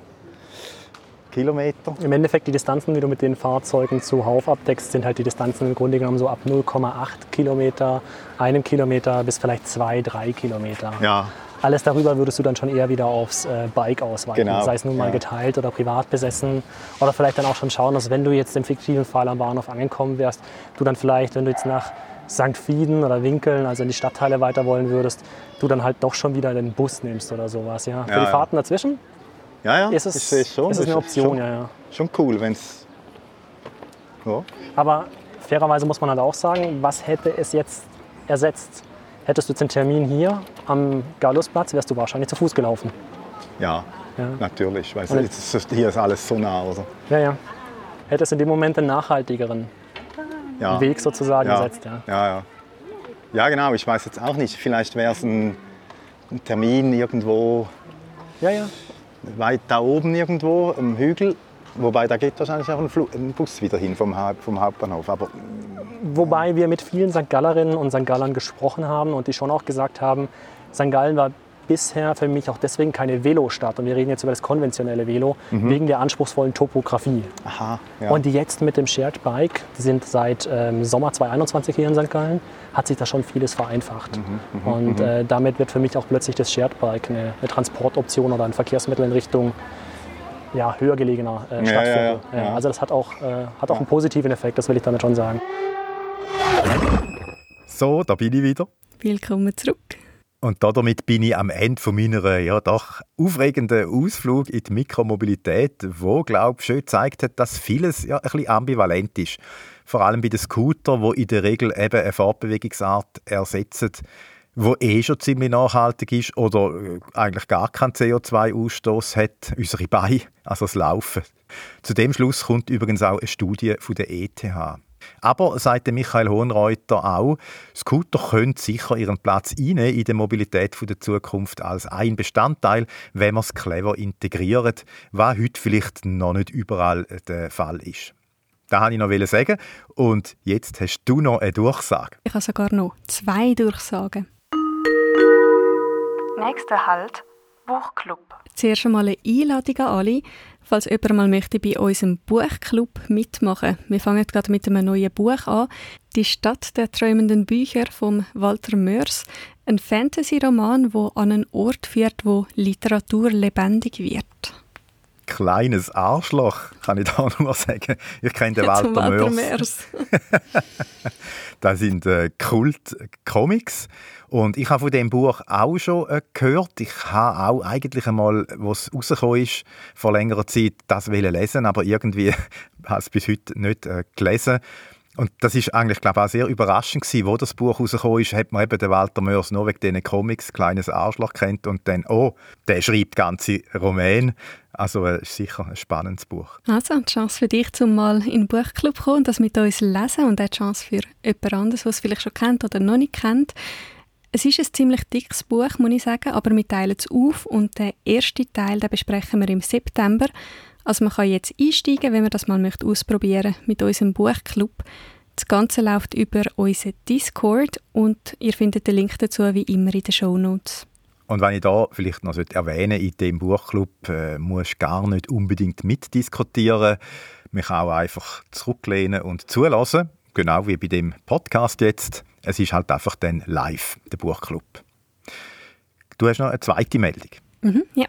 Kilometer. Im Endeffekt die Distanzen, die du mit den Fahrzeugen zuhauf abdeckst, sind halt die Distanzen im Grunde genommen so ab null Komma acht Kilometer, einem Kilometer bis vielleicht zwei, drei Kilometer. Ja. Alles darüber würdest du dann schon eher wieder aufs äh, Bike ausweiten, Genau. sei es nun mal ja. geteilt oder privat besessen. Oder vielleicht dann auch schon schauen, dass wenn du jetzt im fiktiven Fall am Bahnhof angekommen wärst, du dann vielleicht, wenn du jetzt nach Sankt Fieden oder Winkeln, also in die Stadtteile weiter wollen würdest, du dann halt doch schon wieder den Bus nimmst oder sowas. Ja. Für ja, die ja. Fahrten dazwischen ja, ja. ist es, ich sehe es schon. ist es eine Option. Schon, ja, ja. schon cool, wenn es... Ja. Aber fairerweise muss man halt auch sagen, was hätte es jetzt ersetzt? Hättest du jetzt den Termin hier am Gallusplatz, wärst du wahrscheinlich zu Fuß gelaufen. Ja, ja. natürlich. Weil Und es ist, hier ist alles so nah. Oder? Ja, ja. Hättest in dem Moment einen nachhaltigeren ja. Weg sozusagen ja. gesetzt. Ja. Ja, ja. ja, genau. Ich weiß jetzt auch nicht. Vielleicht wäre es ein, ein Termin irgendwo ja, ja. weit da oben irgendwo am Hügel. Wobei, da geht wahrscheinlich auch ein, Fl- ein Bus wieder hin vom, ha- vom Hauptbahnhof. Aber Wobei wir mit vielen Sankt Gallerinnen und Sankt Gallern gesprochen haben und die schon auch gesagt haben, Sankt Gallen war bisher für mich auch deswegen keine Velostadt. Und wir reden jetzt über das konventionelle Velo, mhm. wegen der anspruchsvollen Topografie. Aha, ja. Und jetzt mit dem Shared Bike, die sind seit ähm, Sommer zwanzig einundzwanzig hier in Sankt Gallen, hat sich da schon vieles vereinfacht. Mhm, mh, und mh. Äh, damit wird für mich auch plötzlich das Shared Bike eine, eine Transportoption oder ein Verkehrsmittel in Richtung ja, höher gelegener äh, Stadtviertel. Ja, ja, ja. Also das hat auch, äh, hat auch ja. einen positiven Effekt, das will ich damit schon sagen. So, da bin ich wieder. Willkommen zurück. Und damit bin ich am Ende von meiner ja doch aufregenden Ausflug in die Mikromobilität, wo glaube ich schön gezeigt hat, dass vieles ja ein bisschen ambivalent ist. Vor allem bei den Scootern, wo in der Regel eben eine Fortbewegungsart ersetzen, wo eh schon ziemlich nachhaltig ist oder eigentlich gar keinen C O zwei Ausstoß hat, unsere Beine, also das Laufen. Zu dem Schluss kommt übrigens auch eine Studie von der E T H. Aber, sagt Michael Hohenreuter auch, Scooter können sicher ihren Platz einnehmen in der Mobilität der Zukunft als ein Bestandteil, wenn man es clever integriert, was heute vielleicht noch nicht überall der Fall ist. Das wollte ich noch sagen. Und jetzt hast du noch eine Durchsage. Ich habe sogar noch zwei Durchsagen. Nächster Halt, Buchclub. Zuerst einmal eine Einladung an alle, falls jemand mal möchte bei unserem Buchclub mitmachen. Wir fangen gerade mit einem neuen Buch an. «Die Stadt der träumenden Bücher» von Walter Moers. Ein Fantasy-Roman, der an einen Ort führt, wo Literatur lebendig wird. Kleines Arschloch, kann ich da nur sagen. Ich kenne den Walter, Walter Moers. Das sind äh, Kult-Comics. Und ich habe von diesem Buch auch schon äh, gehört. Ich habe auch eigentlich einmal, als es rausgekommen ist, vor längerer Zeit das lesen, aber irgendwie habe ich es bis heute nicht äh, gelesen. Und das ist eigentlich, glaube ich, auch sehr überraschend gewesen, wo das Buch rausgekommen ist, hat man eben den Walter Mörs nur wegen diesen Comics «Kleines Arschloch» kennt und dann, oh, der schreibt ganze Romane. Also es äh, ist sicher ein spannendes Buch. Also die Chance für dich, um mal in den Buchclub zu kommen und das mit uns lesen und auch die Chance für jemand anderes, der es vielleicht schon kennt oder noch nicht kennt. Es ist ein ziemlich dickes Buch, muss ich sagen, aber wir teilen es auf und den ersten Teil den besprechen wir im September. Also man kann jetzt einsteigen, wenn man das mal möchte ausprobieren mit unserem Buchclub. Das Ganze läuft über unseren Discord und ihr findet den Link dazu wie immer in den Shownotes. Und wenn ich da vielleicht noch erwähnen sollte, in diesem Buchclub äh, musst du gar nicht unbedingt mitdiskutieren. Man kann auch einfach zurücklehnen und zulassen, genau wie bei dem Podcast jetzt. Es ist halt einfach dann live, der Buchclub. Du hast noch eine zweite Meldung. Mhm, ja.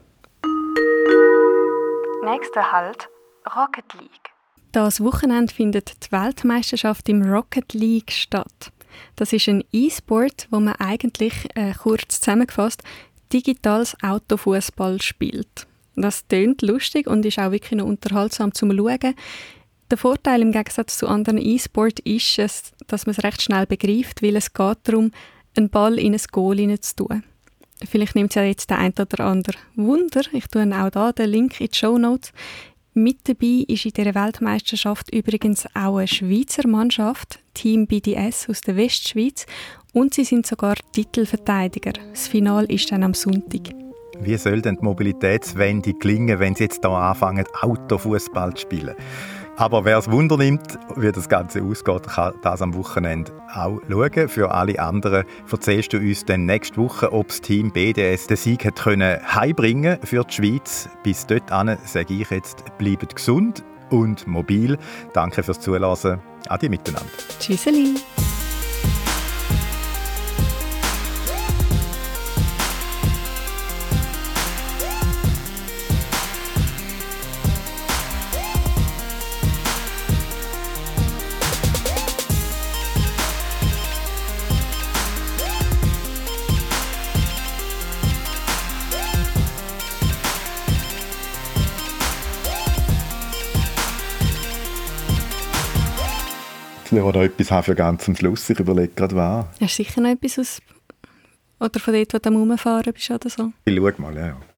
Nächster Halt, Rocket League. Das Wochenende findet die Weltmeisterschaft im Rocket League statt. Das ist ein E-Sport, wo man eigentlich, äh, kurz zusammengefasst, digitales Autofußball spielt. Das tönt lustig und ist auch wirklich noch unterhaltsam zum Schauen. Der Vorteil im Gegensatz zu anderen E-Sport ist es, dass man es recht schnell begreift, weil es geht darum, einen Ball in ein Goal zu tun. Vielleicht nimmt es ja jetzt der ein oder andere Wunder. Ich tue auch da den Link in die Shownotes. Mit dabei ist in dieser Weltmeisterschaft übrigens auch eine Schweizer Mannschaft, Team B D S aus der Westschweiz. Und sie sind sogar Titelverteidiger. Das Finale ist dann am Sonntag. Wie soll denn die Mobilitätswende gelingen, wenn sie jetzt hier anfangen, Autofußball zu spielen? Aber wer es Wunder nimmt, wie das Ganze ausgeht, kann das am Wochenende auch schauen. Für alle anderen erzählst du uns dann nächste Woche, ob das Team B D S den Sieg hat können heimbringen für die Schweiz. Bis dorthin sage ich jetzt, bleibt gesund und mobil. Danke fürs Zuhören. Adi miteinander. Tschüsseli. Ich will noch etwas für ganz zum Schluss. Ich überlege gerade, was. Hast du sicher noch etwas aus... Oder von dort, wo du am Rumfahren bist oder so? Ich schau mal, ja.